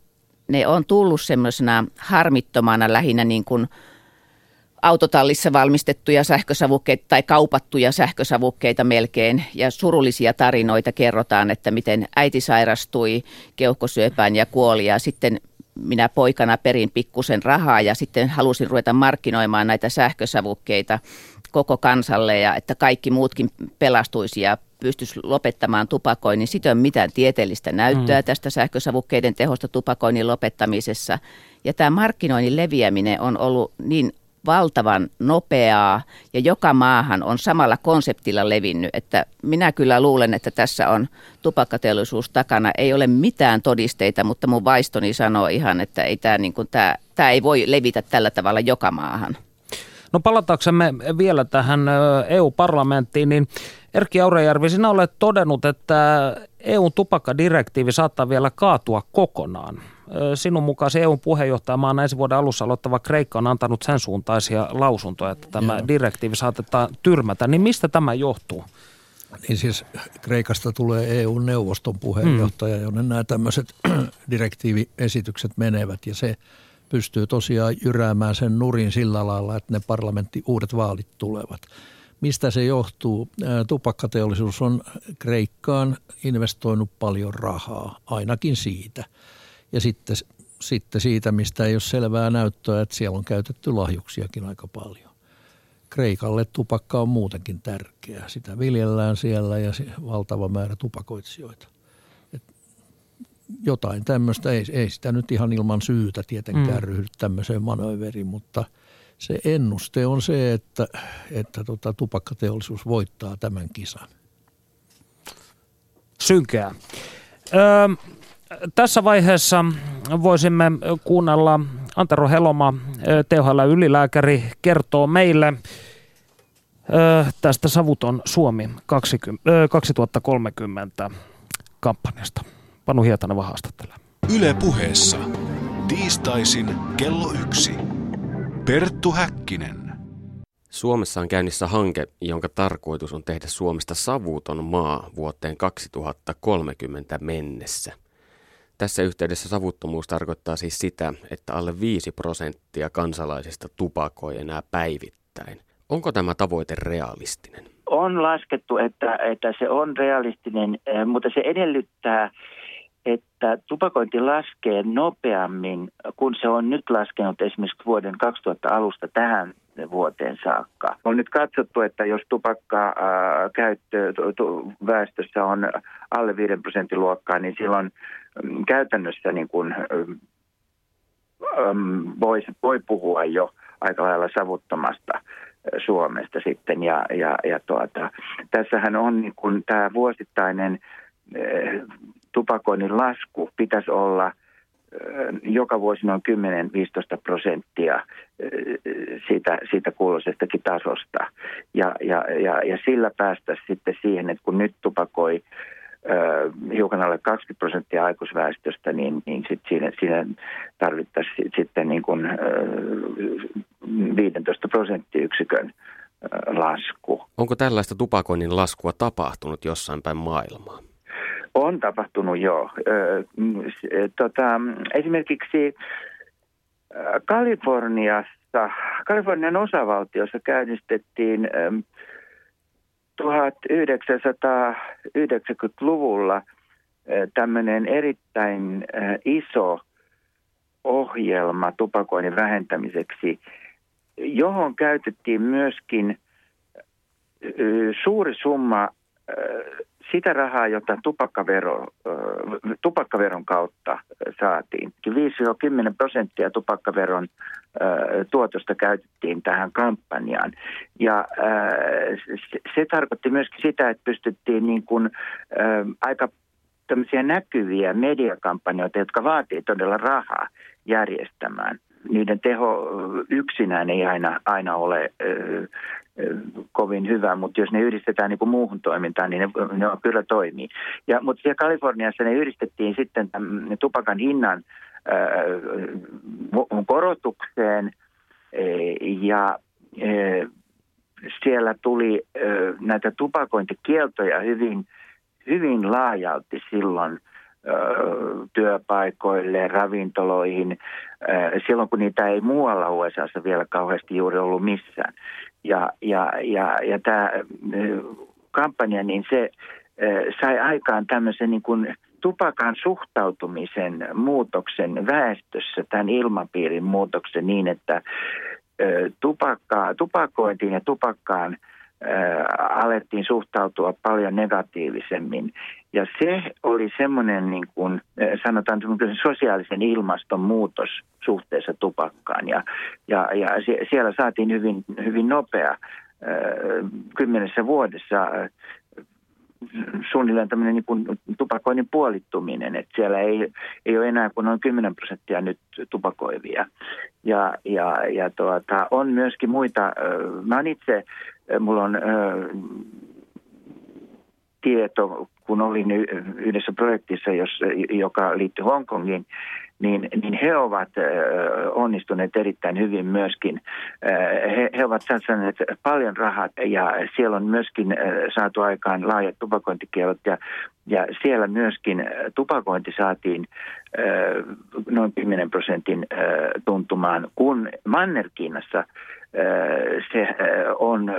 D: ne on tullut semmoisena harmittomana lähinnä niin kuin autotallissa valmistettuja sähkösavukkeita tai kaupattuja sähkösavukkeita melkein. Ja surullisia tarinoita kerrotaan, että miten äiti sairastui keuhkosyöpään ja kuoli. Ja sitten minä poikana perin pikkusen rahaa ja sitten halusin ruveta markkinoimaan näitä sähkösavukkeita koko kansalle ja että kaikki muutkin pelastuisi ja pystyisi lopettamaan tupakoinnin. Sitten on mitään tieteellistä näyttöä tästä sähkösavukkeiden tehosta tupakoinnin lopettamisessa. Ja tämä markkinoinnin leviäminen on ollut niin valtavan nopeaa ja joka maahan on samalla konseptilla levinnyt, että minä kyllä luulen, että tässä on tupakkateollisuus takana. Ei ole mitään todisteita, mutta mun vaistoni sanoo ihan, että ei tämä ei voi levitä tällä tavalla joka maahan.
B: No palataksemme vielä tähän EU-parlamenttiin, niin Erkki Aurajärvi, sinä olet todennut, että EUn tupakkadirektiivi saattaa vielä kaatua kokonaan. Sinun mukaan EUn puheenjohtajamaan ensi vuoden alussa aloittava Kreikka on antanut sen suuntaisia lausuntoja, että tämä direktiivi saatetaan tyrmätä. Niin mistä tämä johtuu?
C: Niin siis Kreikasta tulee EU-neuvoston puheenjohtaja, jonne nämä tämmöiset direktiiviesitykset menevät ja se pystyy tosiaan jyräämään sen nurin sillä lailla, että ne uudet vaalit tulevat. Mistä se johtuu? Tupakkateollisuus on Kreikkaan investoinut paljon rahaa, ainakin siitä. Ja sitten siitä, mistä ei ole selvää näyttöä, että siellä on käytetty lahjuksiakin aika paljon. Kreikalle tupakka on muutenkin tärkeää. Sitä viljellään siellä ja valtava määrä tupakoitsijoita. Jotain tämmöistä, ei sitä nyt ihan ilman syytä tietenkään ryhdy tämmöiseen manööveriin, mutta se ennuste on se, että tupakkateollisuus voittaa tämän kisan.
B: Synkeää. Tässä vaiheessa voisimme kuunnella Antero Heloma, THL-ylilääkäri, kertoo meille tästä Savuton Suomi 2030 kampanjasta. Panu Hietaneva haastattelee.
A: Yle Puheessa. Tiistaisin kello 1. Perttu Häkkinen.
E: Suomessa on käynnissä hanke, jonka tarkoitus on tehdä Suomesta savuton maa vuoteen 2030 mennessä. Tässä yhteydessä savuttomuus tarkoittaa siis sitä, että alle 5% kansalaisista tupakoi enää päivittäin. Onko tämä tavoite realistinen?
G: On laskettu, että se on realistinen, mutta se edellyttää, että tupakointi laskee nopeammin, kun se on nyt laskenut esimerkiksi vuoden 2000 alusta tähän vuoteen saakka. On nyt katsottu, että jos tupakkakäyttö väestössä on alle 5% luokkaa, niin silloin käytännössä niin kuin, voi puhua jo aika lailla savuttomasta Suomesta sitten. Tässähän on niin kuin tämä vuosittainen tupakoinnin lasku pitäisi olla joka vuosi noin 10-15% siitä kuuluisestakin tasosta. Ja sillä päästäisiin sitten siihen, että kun nyt tupakoi hiukan alle 20% aikuisväestöstä, niin siinä tarvittaisiin sitten niin kuin 15 prosenttiyksikön lasku.
E: Onko tällaista tupakoinnin laskua tapahtunut jossain päin maailmaa?
G: On tapahtunut jo. Esimerkiksi Kalifornian osavaltiossa käynnistettiin 1990-luvulla tämmöinen erittäin iso ohjelma tupakoinnin vähentämiseksi, johon käytettiin myöskin suuri summa sitä rahaa, jota tupakkaveron kautta saatiin. 5-10% tupakkaveron tuotosta käytettiin tähän kampanjaan. Ja se tarkoitti myöskin sitä, että pystyttiin niin kuin, aika tämmöisiä näkyviä mediakampanjoita, jotka vaatii todella rahaa järjestämään. Niiden teho yksinään ei aina ole kovin hyvä, mutta jos ne yhdistetään niin kuin muuhun toimintaan, niin ne kyllä toimii. Mutta siellä Kaliforniassa ne yhdistettiin sitten tupakan hinnan korotukseen ja siellä tuli näitä tupakointikieltoja hyvin laajalti silloin työpaikoille, ravintoloihin, silloin kun niitä ei muualla USAssa vielä kauheasti juuri ollut missään. Ja tämä kampanja, niin se sai aikaan tämmöisen niin kuin tupakan suhtautumisen muutoksen väestössä, tämän ilmapiirin muutoksen niin, että tupakointiin ja tupakkaan alettiin suhtautua paljon negatiivisemmin. Ja se oli semmoinen, niin kuin sanotaan, sosiaalisen ilmaston muutos suhteessa tupakkaan. Ja siellä saatiin hyvin, hyvin nopea 10 vuodessa suunnilleen tämmöinen niin kuin tupakoinnin puolittuminen, että siellä ei ole enää kuin noin 10% nyt tupakoivia. On myöskin muita, mulla on tieto, kun olin yhdessä projektissa, joka liittyy Hongkongiin, niin he ovat onnistuneet erittäin hyvin myöskin. He ovat satsanneet paljon rahaa ja siellä on myöskin saatu aikaan laajat tupakointikielot ja siellä myöskin tupakointi saatiin noin 10% tuntumaan, kun Manner-Kiinassa se on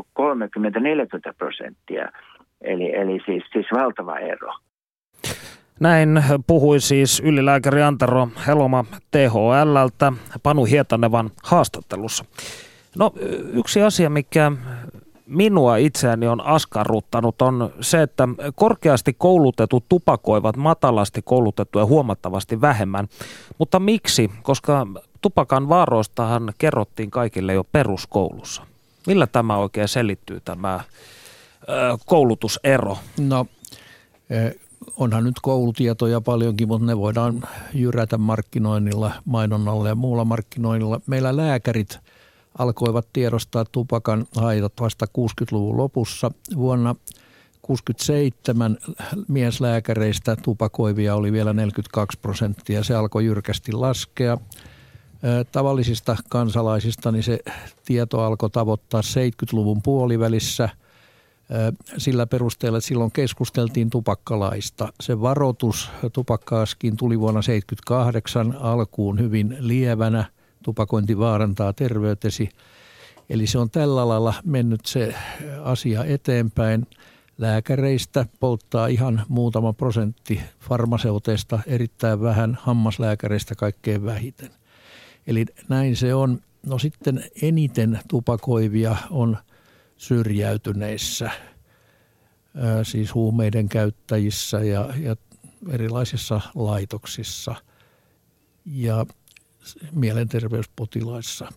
G: 30-40%. Eli siis valtava ero.
B: Näin puhui siis ylilääkäri Antero Heloma THL:ltä Panu Hietanevan haastattelussa. No, yksi asia, mikä minua itseäni on askarruttanut, on se, että korkeasti koulutetut tupakoivat matalasti koulutettuja huomattavasti vähemmän. Mutta miksi? Koska tupakan vaaroistahan kerrottiin kaikille jo peruskoulussa. Millä tämä oikein selittyy, tämä koulutusero?
C: No, onhan nyt koulutietoja paljonkin, mutta ne voidaan jyrätä markkinoinnilla, mainonnalla ja muulla markkinoinnilla. Meillä lääkärit alkoivat tiedostaa tupakan haitat vasta 60-luvun lopussa. Vuonna 1967 mieslääkäreistä tupakoivia oli vielä 42%. Se alkoi jyrkästi laskea. Tavallisista kansalaisista niin se tieto alkoi tavoittaa 70-luvun puolivälissä sillä perusteella, että silloin keskusteltiin tupakkalaista. Se varoitus tupakka-askiin tuli vuonna 1978 alkuun hyvin lievänä. Tupakointi vaarantaa terveytesi. Eli se on tällä lailla mennyt se asia eteenpäin. Lääkäreistä polttaa ihan muutama prosentti, farmaseuteista erittäin vähän, hammaslääkäreistä kaikkein vähiten. Eli näin se on. No sitten eniten tupakoivia on syrjäytyneissä, siis huumeiden käyttäjissä ja erilaisissa laitoksissa ja mielenterveyspotilaissa.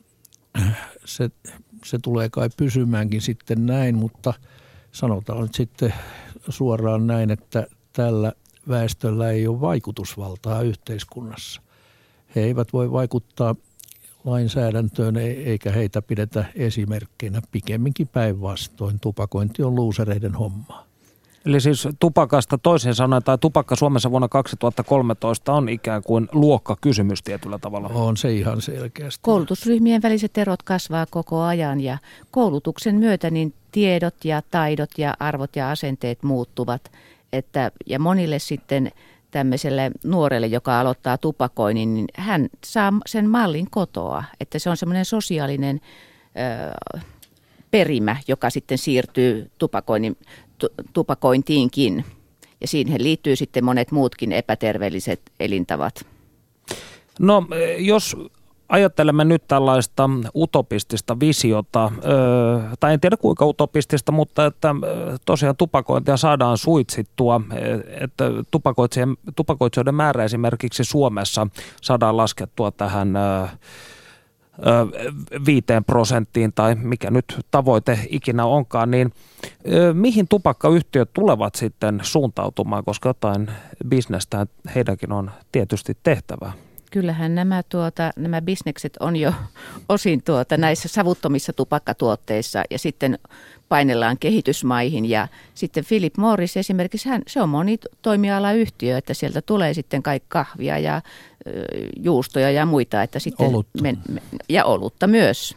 C: Se tulee kai pysymäänkin sitten näin, mutta sanotaan nyt sitten suoraan näin, että tällä väestöllä ei ole vaikutusvaltaa yhteiskunnassa. He eivät voi vaikuttaa lainsäädäntöön eikä heitä pidetä esimerkkeinä, pikemminkin päinvastoin. Tupakointi on luusereiden hommaa.
B: Eli siis tupakasta toisin sanoen, tai tupakka Suomessa vuonna 2013 on ikään kuin luokkakysymys tietyllä tavalla.
C: On se ihan selkeästi.
D: Koulutusryhmien väliset erot kasvaa koko ajan ja koulutuksen myötä niin tiedot ja taidot ja arvot ja asenteet muuttuvat. Ja monille sitten tämmöiselle nuorelle, joka aloittaa tupakoinnin, niin hän saa sen mallin kotoa. Että se on semmoinen sosiaalinen perimä, joka sitten siirtyy tupakointiinkin. Ja siihen liittyy sitten monet muutkin epäterveelliset elintavat.
B: No, jos ajattelemme nyt tällaista utopistista visiota, tai en tiedä kuinka utopistista, mutta että tosiaan tupakointia saadaan suitsittua, että tupakoitsijoiden määrä esimerkiksi Suomessa saadaan laskettua tähän 5% tai mikä nyt tavoite ikinä onkaan, niin mihin tupakkayhtiöt tulevat sitten suuntautumaan, koska jotain bisnestä heidänkin on tietysti tehtävää?
D: Kyllähän nämä bisnekset on jo osin näissä savuttomissa tupakkatuotteissa ja sitten painellaan kehitysmaihin ja sitten Philip Morris esimerkiksi, se on monitoimialayhtiö, että sieltä tulee sitten kaikki kahvia ja juustoja ja muita, että sitten
C: olutta.
D: Ja olutta myös.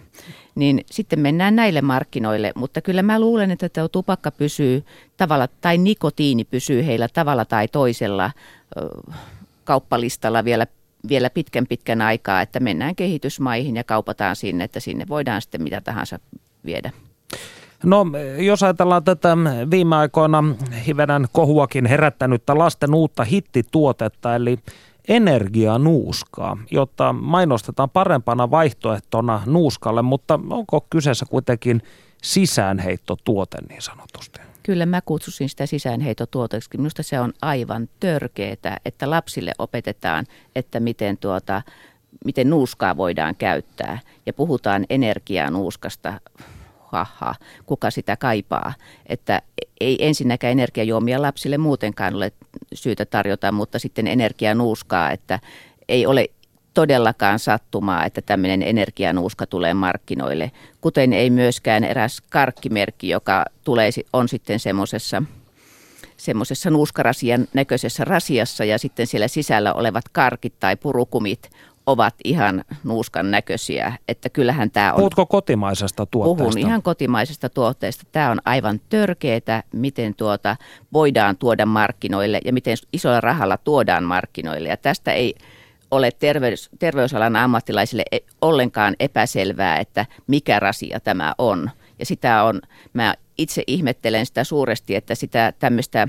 D: niin sitten mennään näille markkinoille. Mutta kyllä mä luulen, että tuo tupakka pysyy tavalla, tai nikotiini pysyy heillä tavalla tai toisella kauppalistalla vielä pitkän aikaa, että mennään kehitysmaihin ja kaupataan sinne, että sinne voidaan sitten mitä tahansa viedä.
B: No, jos ajatellaan tätä viime aikoina hivenen kohuakin herättänyttä lasten uutta hittituotetta, eli energianuuskaa, jotta mainostetaan parempana vaihtoehtona nuuskalle, mutta onko kyseessä kuitenkin sisäänheittotuote niin sanotusti?
D: Kyllä mä kutsusin sitä sisäänheittotuoteeksi. Minusta se on aivan törkeetä, että lapsille opetetaan, että miten nuuskaa voidaan käyttää ja puhutaan energianuuskasta. Haha, kuka sitä kaipaa, että ei ensinnäkään energiajuomia lapsille muutenkaan ole syytä tarjota, mutta sitten energianuuskaa, että ei ole todellakaan sattumaa, että tämmöinen energianuuska tulee markkinoille, kuten ei myöskään eräs karkkimerkki, joka on sitten semmoisessa nuuskarasian näköisessä rasiassa ja sitten siellä sisällä olevat karkit tai purukumit ovat ihan nuuskan näköisiä, että kyllähän tämä on...
B: Puhutko kotimaisesta tuotteesta?
D: Puhun ihan kotimaisesta tuotteesta. Tämä on aivan törkeetä, miten voidaan tuoda markkinoille ja miten isolla rahalla tuodaan markkinoille. Ja tästä ei ole terveysalan ammattilaisille ollenkaan epäselvää, että mikä rasia tämä on. Ja mä itse ihmettelen sitä suuresti, että sitä tämmöistä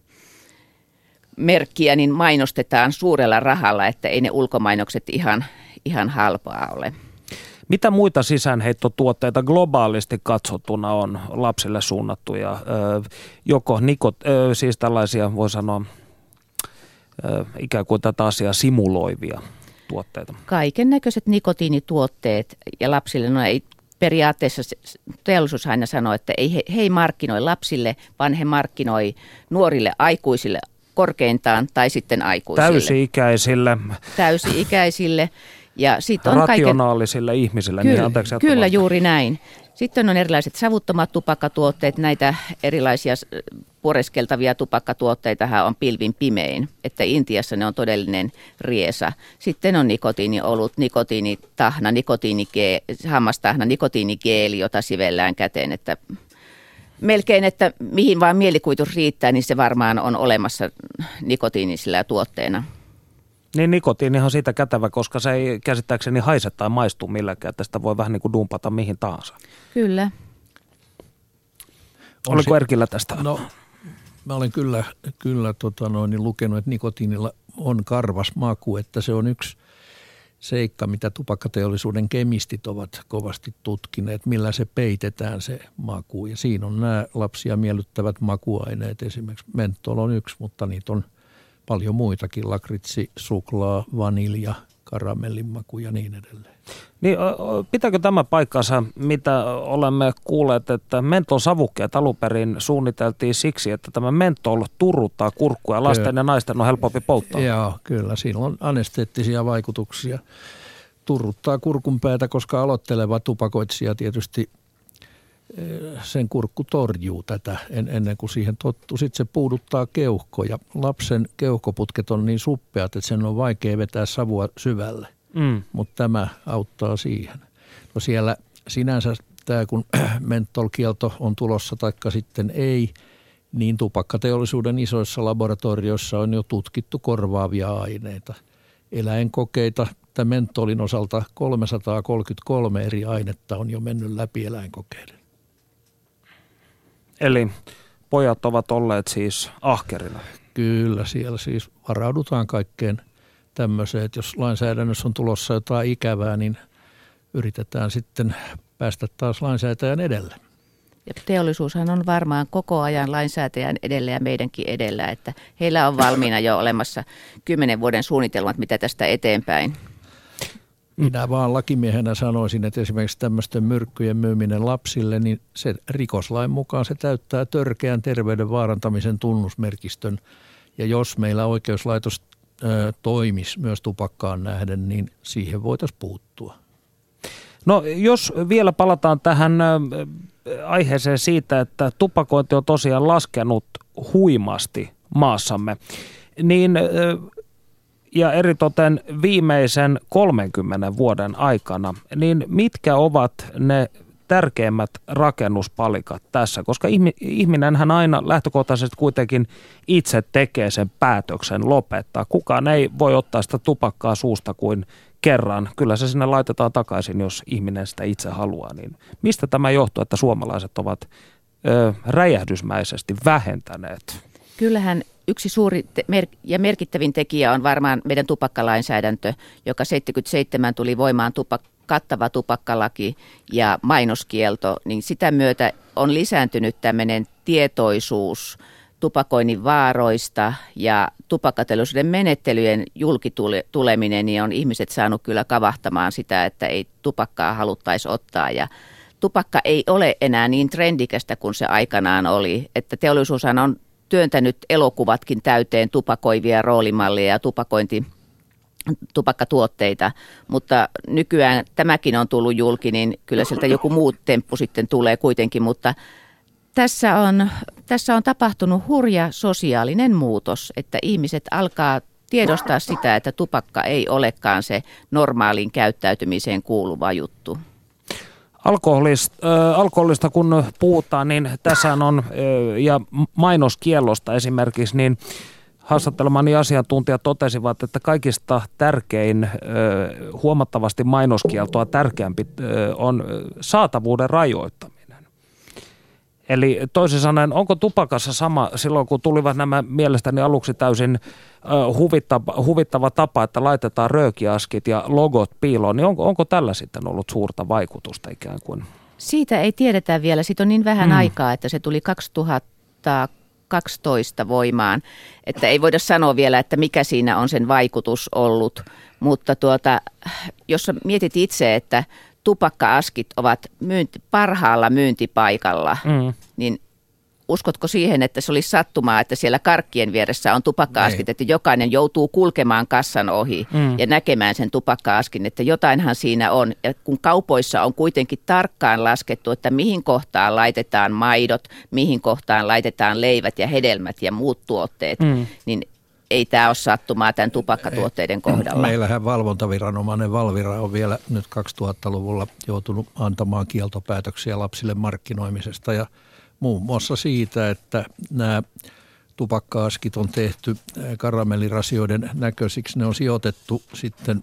D: merkkiä niin mainostetaan suurella rahalla, että ei ne ulkomainokset ihan halpaa ole.
B: Mitä muita sisäänheittotuotteita globaalisti katsottuna on lapsille suunnattuja? Joko siis tällaisia, voi sanoa, ikään kuin tätä asiaa simuloivia tuotteita? Kaiken
D: näköiset nikotiinituotteet ja lapsille, ei periaatteessa teollisuus aina sanoo, että he ei markkinoi lapsille, vaan he markkinoi nuorille aikuisille korkeintaan tai sitten aikuisille. Täysi-ikäisille. Ja sit on
B: rationaalisille ihmisille.
D: Kyllä, juuri näin. Sitten on erilaiset savuttomat tupakkatuotteet, näitä erilaisia pureskeltavia tupakkatuotteitahan on pilvin pimein, että Intiassa ne on todellinen riesa. Sitten on nikotiiniolut, nikotiinitahna, hammastahna, nikotiinigeeli, jota sivellään käteen, että melkein, että mihin vaan mielikuvitus riittää, niin se varmaan on olemassa nikotiinisillä tuotteena.
B: Niin nikotiinihan on siitä kätevä, koska se ei käsittääkseni haise tai maistu milläkään, että sitä voi vähän niin kuin dumpata mihin tahansa.
D: Kyllä.
B: Oliko Erkillä tästä?
C: No, mä olen kyllä lukenut, että nikotiinilla on karvas maku, että se on yksi seikka, mitä tupakkateollisuuden kemistit ovat kovasti tutkineet, millä se peitetään se maku. Ja siinä on nämä lapsia miellyttävät makuaineet, esimerkiksi mentol on yksi, mutta niitä on paljon muitakin, lakritsi, suklaa, vanilja, karamellin maku ja niin edelleen.
B: Niin, pitääkö tämä paikkansa, mitä olemme kuulleet, että mentol-savukkeet alun perin suunniteltiin siksi, että tämä mentol turruttaa kurkkuja, lasten ja naisten on helpompi polttaa?
C: Joo, kyllä. Siinä on anesteettisia vaikutuksia. Turruttaa kurkunpäätä, koska aloitteleva tupakoitsija tietysti sen kurkku torjuu tätä ennen kuin siihen tottuu. Sitten se puuduttaa keuhkoja. Lapsen keuhkoputket on niin suppeat, että sen on vaikea vetää savua syvälle. Mutta tämä auttaa siihen. No siellä sinänsä tämä, kun mentolkielto on tulossa taikka sitten ei, niin tupakkateollisuuden isoissa laboratorioissa on jo tutkittu korvaavia aineita. Eläinkokeita tämän mentolin osalta 333 eri ainetta on jo mennyt läpi eläinkokeiden.
B: Eli pojat ovat olleet siis ahkerina?
C: Kyllä, siellä siis varaudutaan kaikkeen tämmöiseen, että jos lainsäädännössä on tulossa jotain ikävää, niin yritetään sitten päästä taas lainsäätäjän edelle.
D: Ja teollisuushan on varmaan koko ajan lainsäätäjän edellä ja meidänkin edellä, että heillä on valmiina jo olemassa 10 vuoden suunnitelmat, mitä tästä eteenpäin.
C: Minä vaan lakimiehenä sanoisin, että esimerkiksi tämmöisten myrkkyjen myyminen lapsille, niin se rikoslain mukaan se täyttää törkeän terveyden vaarantamisen tunnusmerkistön. Ja jos meillä oikeuslaitos toimisi myös tupakkaan nähden, niin siihen voitaisiin puuttua.
B: No jos vielä palataan tähän aiheeseen siitä, että tupakointi on tosiaan laskenut huimasti maassamme, niin ja eritoten viimeisen 30 vuoden aikana, niin mitkä ovat ne tärkeimmät rakennuspalikat tässä? Koska ihminenhän aina lähtökohtaisesti kuitenkin itse tekee sen päätöksen lopettaa. Kukaan ei voi ottaa sitä tupakkaa suusta kuin kerran. Kyllä se sinne laitetaan takaisin, jos ihminen sitä itse haluaa. Niin mistä tämä johtuu, että suomalaiset ovat räjähdysmäisesti vähentäneet?
D: Kyllähän yksi suuri ja merkittävin tekijä on varmaan meidän tupakkalainsäädäntö, joka 77 tuli voimaan kattava tupakkalaki ja mainoskielto, niin sitä myötä on lisääntynyt tämmöinen tietoisuus tupakoinnin vaaroista ja tupakkateollisuuden menettelyjen julkituleminen, niin on ihmiset saanut kyllä kavahtamaan sitä, että ei tupakkaa haluttaisi ottaa ja tupakka ei ole enää niin trendikästä kuin se aikanaan oli, että teollisuushan on työntänyt elokuvatkin täyteen tupakoivia roolimalleja ja tupakkatuotteita, mutta nykyään tämäkin on tullut julki, niin kyllä sieltä joku muu temppu sitten tulee kuitenkin, mutta tässä on tapahtunut hurja sosiaalinen muutos, että ihmiset alkaa tiedostaa sitä, että tupakka ei olekaan se normaaliin käyttäytymiseen kuuluva juttu.
B: Alkoholista kun puhutaan, niin tässä on, ja mainoskiellosta esimerkiksi, niin haastattelemani asiantuntijat totesivat, että kaikista tärkein, huomattavasti mainoskieltoa tärkeämpi on saatavuuden rajoittaminen. Eli toisin sanoen, onko tupakassa sama silloin, kun tulivat nämä mielestäni aluksi täysin huvittava tapa, että laitetaan röökiaskit ja logot piiloon, niin onko tällä sitten ollut suurta vaikutusta ikään kuin?
D: Siitä ei tiedetä vielä. Siitä on niin vähän aikaa, että se tuli 2012 voimaan, että ei voida sanoa vielä, että mikä siinä on sen vaikutus ollut, mutta jos mietit itse, että tupakka-askit ovat parhaalla myyntipaikalla, niin uskotko siihen, että se olisi sattumaa, että siellä karkkien vieressä on tupakka-askit, että jokainen joutuu kulkemaan kassan ohi ja näkemään sen tupakka-askin, että jotainhan siinä on. Ja kun kaupoissa on kuitenkin tarkkaan laskettu, että mihin kohtaan laitetaan maidot, mihin kohtaan laitetaan leivät ja hedelmät ja muut tuotteet, niin ei tämä ole sattumaa tämän tupakkatuotteiden kohdalla.
C: Meillähän valvontaviranomainen Valvira on vielä nyt 2000-luvulla joutunut antamaan kieltopäätöksiä lapsille markkinoimisesta ja muun muassa siitä, että nämä tupakka-askit on tehty karamellirasioiden näköisiksi. Ne on sijoitettu sitten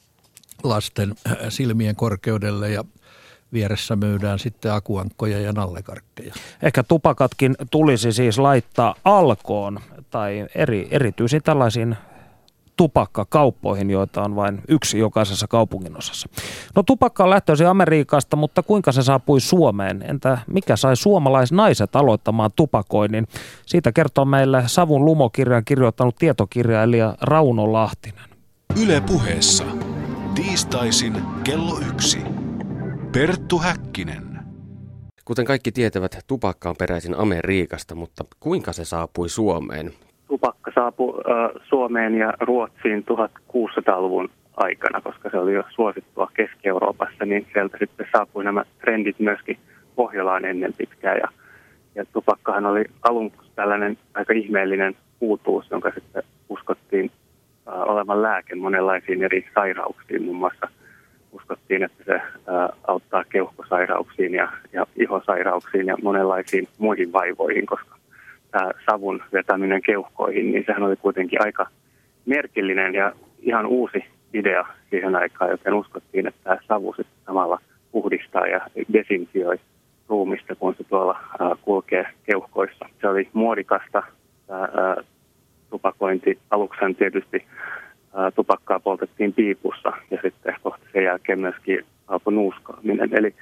C: lasten silmien korkeudelle ja vieressä myydään sitten akuankkoja ja nallekarkkeja.
B: Ehkä tupakatkin tulisi siis laittaa alkoon tai erityisiin tällaisiin tupakkakauppoihin, joita on vain yksi jokaisessa kaupunginosassa. No tupakka on lähtöisin Amerikasta, mutta kuinka se saapui Suomeen? Entä mikä sai suomalaisnaiset aloittamaan tupakoinnin? Siitä kertoo meille Savun lumokirjan kirjoittanut tietokirjailija Rauno Lahtinen.
A: Yle Puheessa. Tiistaisin kello 1. Perttu Häkkinen.
E: Kuten kaikki tietävät, tupakka on peräisin Amerikasta, mutta kuinka se saapui Suomeen?
F: Tupakka saapui Suomeen ja Ruotsiin 1600-luvun aikana, koska se oli jo suosittua Keski-Euroopassa, niin sieltä sitten saapui nämä trendit myöskin Pohjolaan ennen pitkään. Ja tupakkahan oli alun tällainen aika ihmeellinen uutuus, jonka sitten uskottiin olevan lääke monenlaisiin eri sairauksiin. Muun muassa uskottiin, että se auttaa keuhkosairauksiin ja ihosairauksiin ja monenlaisiin muihin vaivoihin, koska tämä savun vetäminen keuhkoihin, niin sehän oli kuitenkin aika merkillinen ja ihan uusi idea siihen aikaan, joten uskottiin, että tämä savu sitten samalla puhdistaa ja desinfioi ruumista, kun se tuolla kulkee keuhkoissa. Se oli muodikasta, tämä tupakointi. Aluksi tietysti tupakkaa poltettiin piipussa ja sitten kohta sen jälkeen myöskin alkoi nuuskaaminen. Eli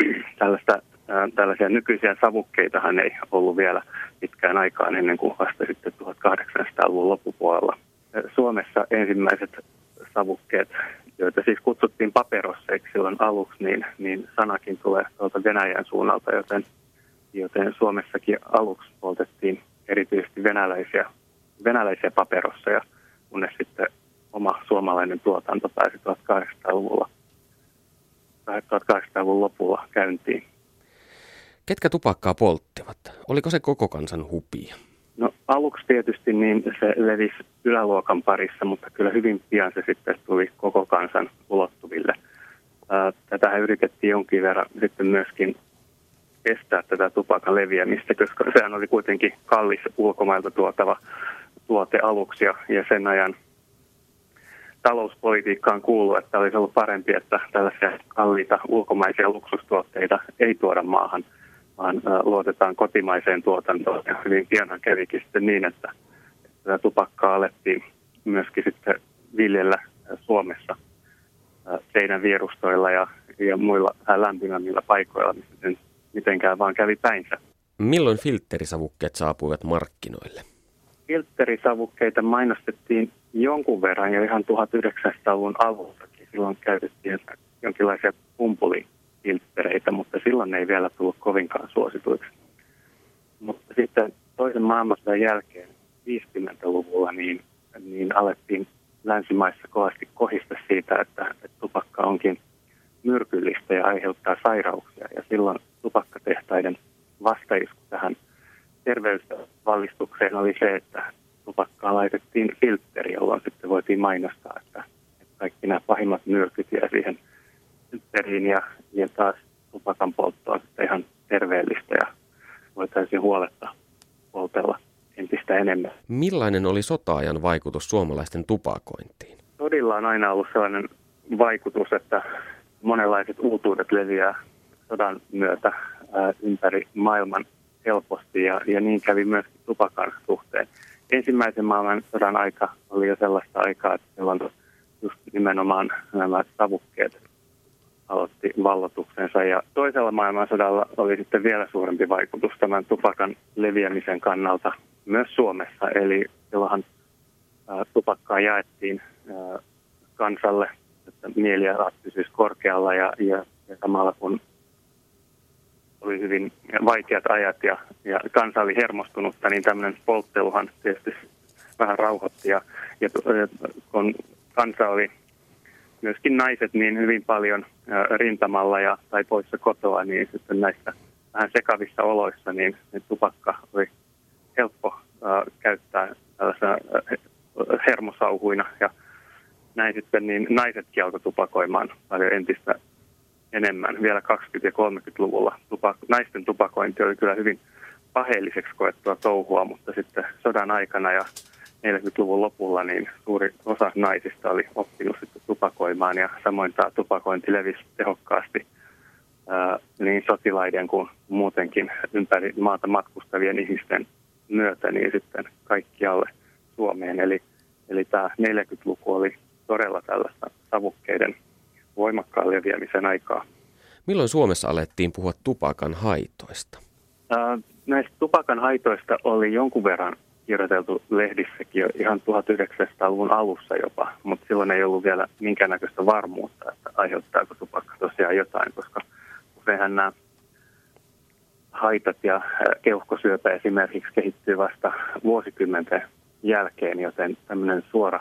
F: tällaisia nykyisiä savukkeitahan ei ollut vielä pitkään aikaan ennen kuin vasta sitten 1800-luvun loppupuolella. Suomessa ensimmäiset savukkeet, joita siis kutsuttiin paperosseiksi silloin aluksi, niin sanakin tulee tuolta Venäjän suunnalta, joten Suomessakin aluksi poltettiin erityisesti venäläisiä paperosseja, kunnes sitten oma suomalainen tuotanto pääsi 1800-luvun lopulla käyntiin.
E: Ketkä tupakkaa polttivat? Oliko se koko kansan hupia?
H: No aluksi tietysti niin se levisi yläluokan parissa, mutta kyllä hyvin pian se sitten tuli koko kansan ulottuville. Tätähän yritettiin jonkin verran sitten myöskin estää tätä tupakan leviämistä, koska sehän oli kuitenkin kallis ulkomailta tuotava tuote aluksi ja sen ajan talouspolitiikkaan kuuluu, että olisi ollut parempi, että tällaisia kalliita ulkomaisia luksustuotteita ei tuoda maahan, vaan luotetaan kotimaiseen tuotantoon. Ja hyvin pianhan kävikin sitten niin, että tätä tupakkaa alettiin myöskin sitten viljellä Suomessa seinänvierustoilla ja muilla lämpimämmillä paikoilla, missä sen mitenkään vaan kävi päinsä.
E: Milloin filtterisavukkeet saapuivat markkinoille?
H: Filtterisavukkeita mainostettiin jonkun verran jo ihan 1900-luvun alussakin. Silloin käytettiin jonkinlaisia pumpulifilttereitä, mutta silloin ei vielä tullut kovinkaan suosituiksi. Mutta sitten toisen maailmansodan jälkeen 50-luvulla niin alettiin länsimaissa kovasti kohista siitä, että tupakka onkin myrkyllistä ja aiheuttaa sairauksia. Ja silloin tupakkatehtaiden vastaisku tähän terveysvalistukseen oli se, että tupakkaan laitettiin filtteri, jolloin sitten voitiin mainostaa, että kaikki nämä pahimmat myrkyt jää siihen filtteriin ja taas tupakan poltto on sitten ihan terveellistä ja voitaisiin huoletta poltella entistä enemmän.
E: Millainen oli sota-ajan vaikutus suomalaisten tupakointiin?
H: Sodilla on aina ollut sellainen vaikutus, että monenlaiset uutuudet leviää sodan myötä ympäri maailman helposti ja niin kävi myös tupakan suhteen. Ensimmäisen maailmansodan aika oli jo sellaista aikaa, että silloin just nimenomaan nämä savukkeet aloitti vallotuksensa. Ja toisella maailmansodalla oli sitten vielä suurempi vaikutus tämän tupakan leviämisen kannalta myös Suomessa. Eli silloinhan tupakkaa jaettiin kansalle, että mieli ja rahat pysyisi korkealla ja samalla kun oli hyvin vaikeat ajat ja kansa oli hermostunutta, niin tämmöinen poltteluhan tietysti vähän rauhoitti. Ja kun kansa oli myöskin naiset niin hyvin paljon rintamalla tai poissa kotoa, niin sitten näissä vähän sekavissa oloissa, niin tupakka oli helppo käyttää tällaisena hermosauhuina. Ja näin sitten niin naisetkin alkoi tupakoimaan paljon entistä enemmän. Vielä 20- ja 30-luvulla naisten tupakointi oli kyllä hyvin paheelliseksi koettua touhua, mutta sitten sodan aikana ja 40-luvun lopulla niin suuri osa naisista oli oppinut sitten tupakoimaan ja samoin tämä tupakointi levisi tehokkaasti niin sotilaiden kuin muutenkin ympäri maata matkustavien ihmisten myötä niin sitten kaikkialle Suomeen. Eli tämä 40-luku oli todella tällaista savukkeiden voimakkaan leviämisen aikaa.
E: Milloin Suomessa alettiin puhua tupakan haitoista?
H: Näistä tupakan haitoista oli jonkun verran kirjoiteltu lehdissäkin jo ihan 1900-luvun alussa jopa, mutta silloin ei ollut vielä minkäännäköistä varmuutta, että aiheuttaako tupakka tosiaan jotain, koska useinhan nämä haitat ja keuhkosyöpä esimerkiksi kehittyy vasta vuosikymmenten jälkeen, joten tämmöinen suora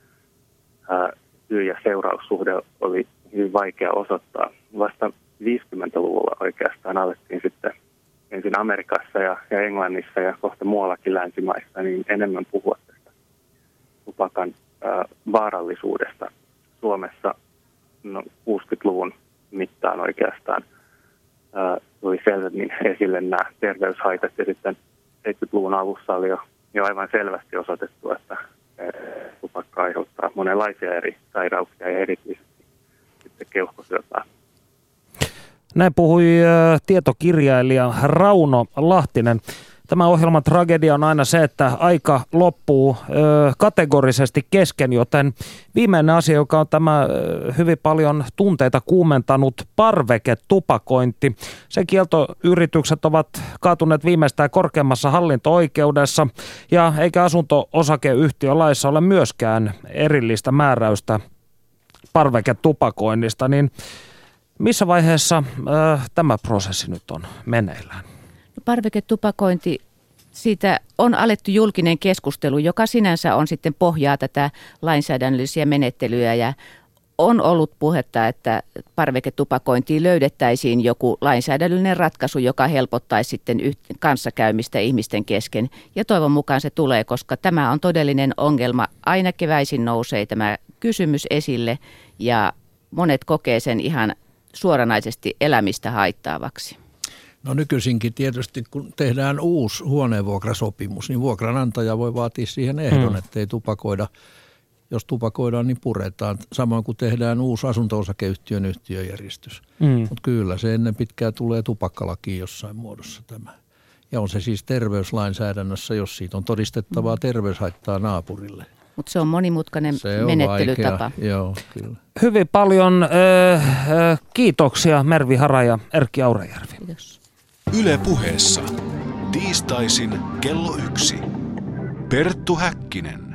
H: syy- ja seuraussuhde oli hyvin vaikea osoittaa. Vasta 50-luvulla oikeastaan alettiin sitten ensin Amerikassa ja Englannissa ja kohta muuallakin länsimaissa niin enemmän puhua tästä tupakan vaarallisuudesta. Suomessa 60-luvun mittaan oikeastaan tuli selvemmin esille nämä terveyshaitat ja sitten 70-luvun alussa oli jo aivan selvästi osoitettu, että tupakka aiheuttaa monenlaisia eri sairauksia ja erityisesti sitten keuhkosyöpää.
B: Näin puhui tietokirjailija Rauno Lahtinen. Tämä ohjelman tragedia on aina se, että aika loppuu kategorisesti kesken, joten viimeinen asia, joka on tämä hyvin paljon tunteita kuumentanut parveketupakointi. Sen kieltoyritykset ovat kaatuneet viimeistään korkeimmassa hallinto-oikeudessa ja eikä asunto-osakeyhtiölaissa ole myöskään erillistä määräystä parveketupakoinnista, niin missä vaiheessa tämä prosessi nyt on meneillään?
D: Parveketupakointi, siitä on alettu julkinen keskustelu, joka sinänsä on sitten pohjaa tätä lainsäädännöllisiä menettelyjä ja on ollut puhetta, että parveketupakointiin löydettäisiin joku lainsäädännöllinen ratkaisu, joka helpottaisi sitten kanssakäymistä ihmisten kesken. Ja toivon mukaan se tulee, koska tämä on todellinen ongelma. Aina keväisin nousee tämä kysymys esille ja monet kokee sen ihan suoranaisesti elämistä haittaavaksi.
C: No nykyisinkin tietysti, kun tehdään uusi huoneenvuokrasopimus, niin vuokranantaja voi vaatia siihen ehdon, ettei tupakoida. Jos tupakoidaan, niin puretaan. Samoin kuin tehdään uusi asunto-osakeyhtiön yhtiöjärjestys. Mutta kyllä se ennen pitkää tulee tupakkalakiin jossain muodossa tämä. Ja on se siis terveyslainsäädännössä, jos siitä on todistettavaa terveyshaittaa naapurille.
D: Mutta se on monimutkainen menettelytapa.
C: Joo, kyllä.
B: Hyvin paljon kiitoksia Mervi Hara ja Erkki Aurajärvi.
D: Kiitos.
A: Yle Puheessa tiistaisin kello 1. Perttu Häkkinen.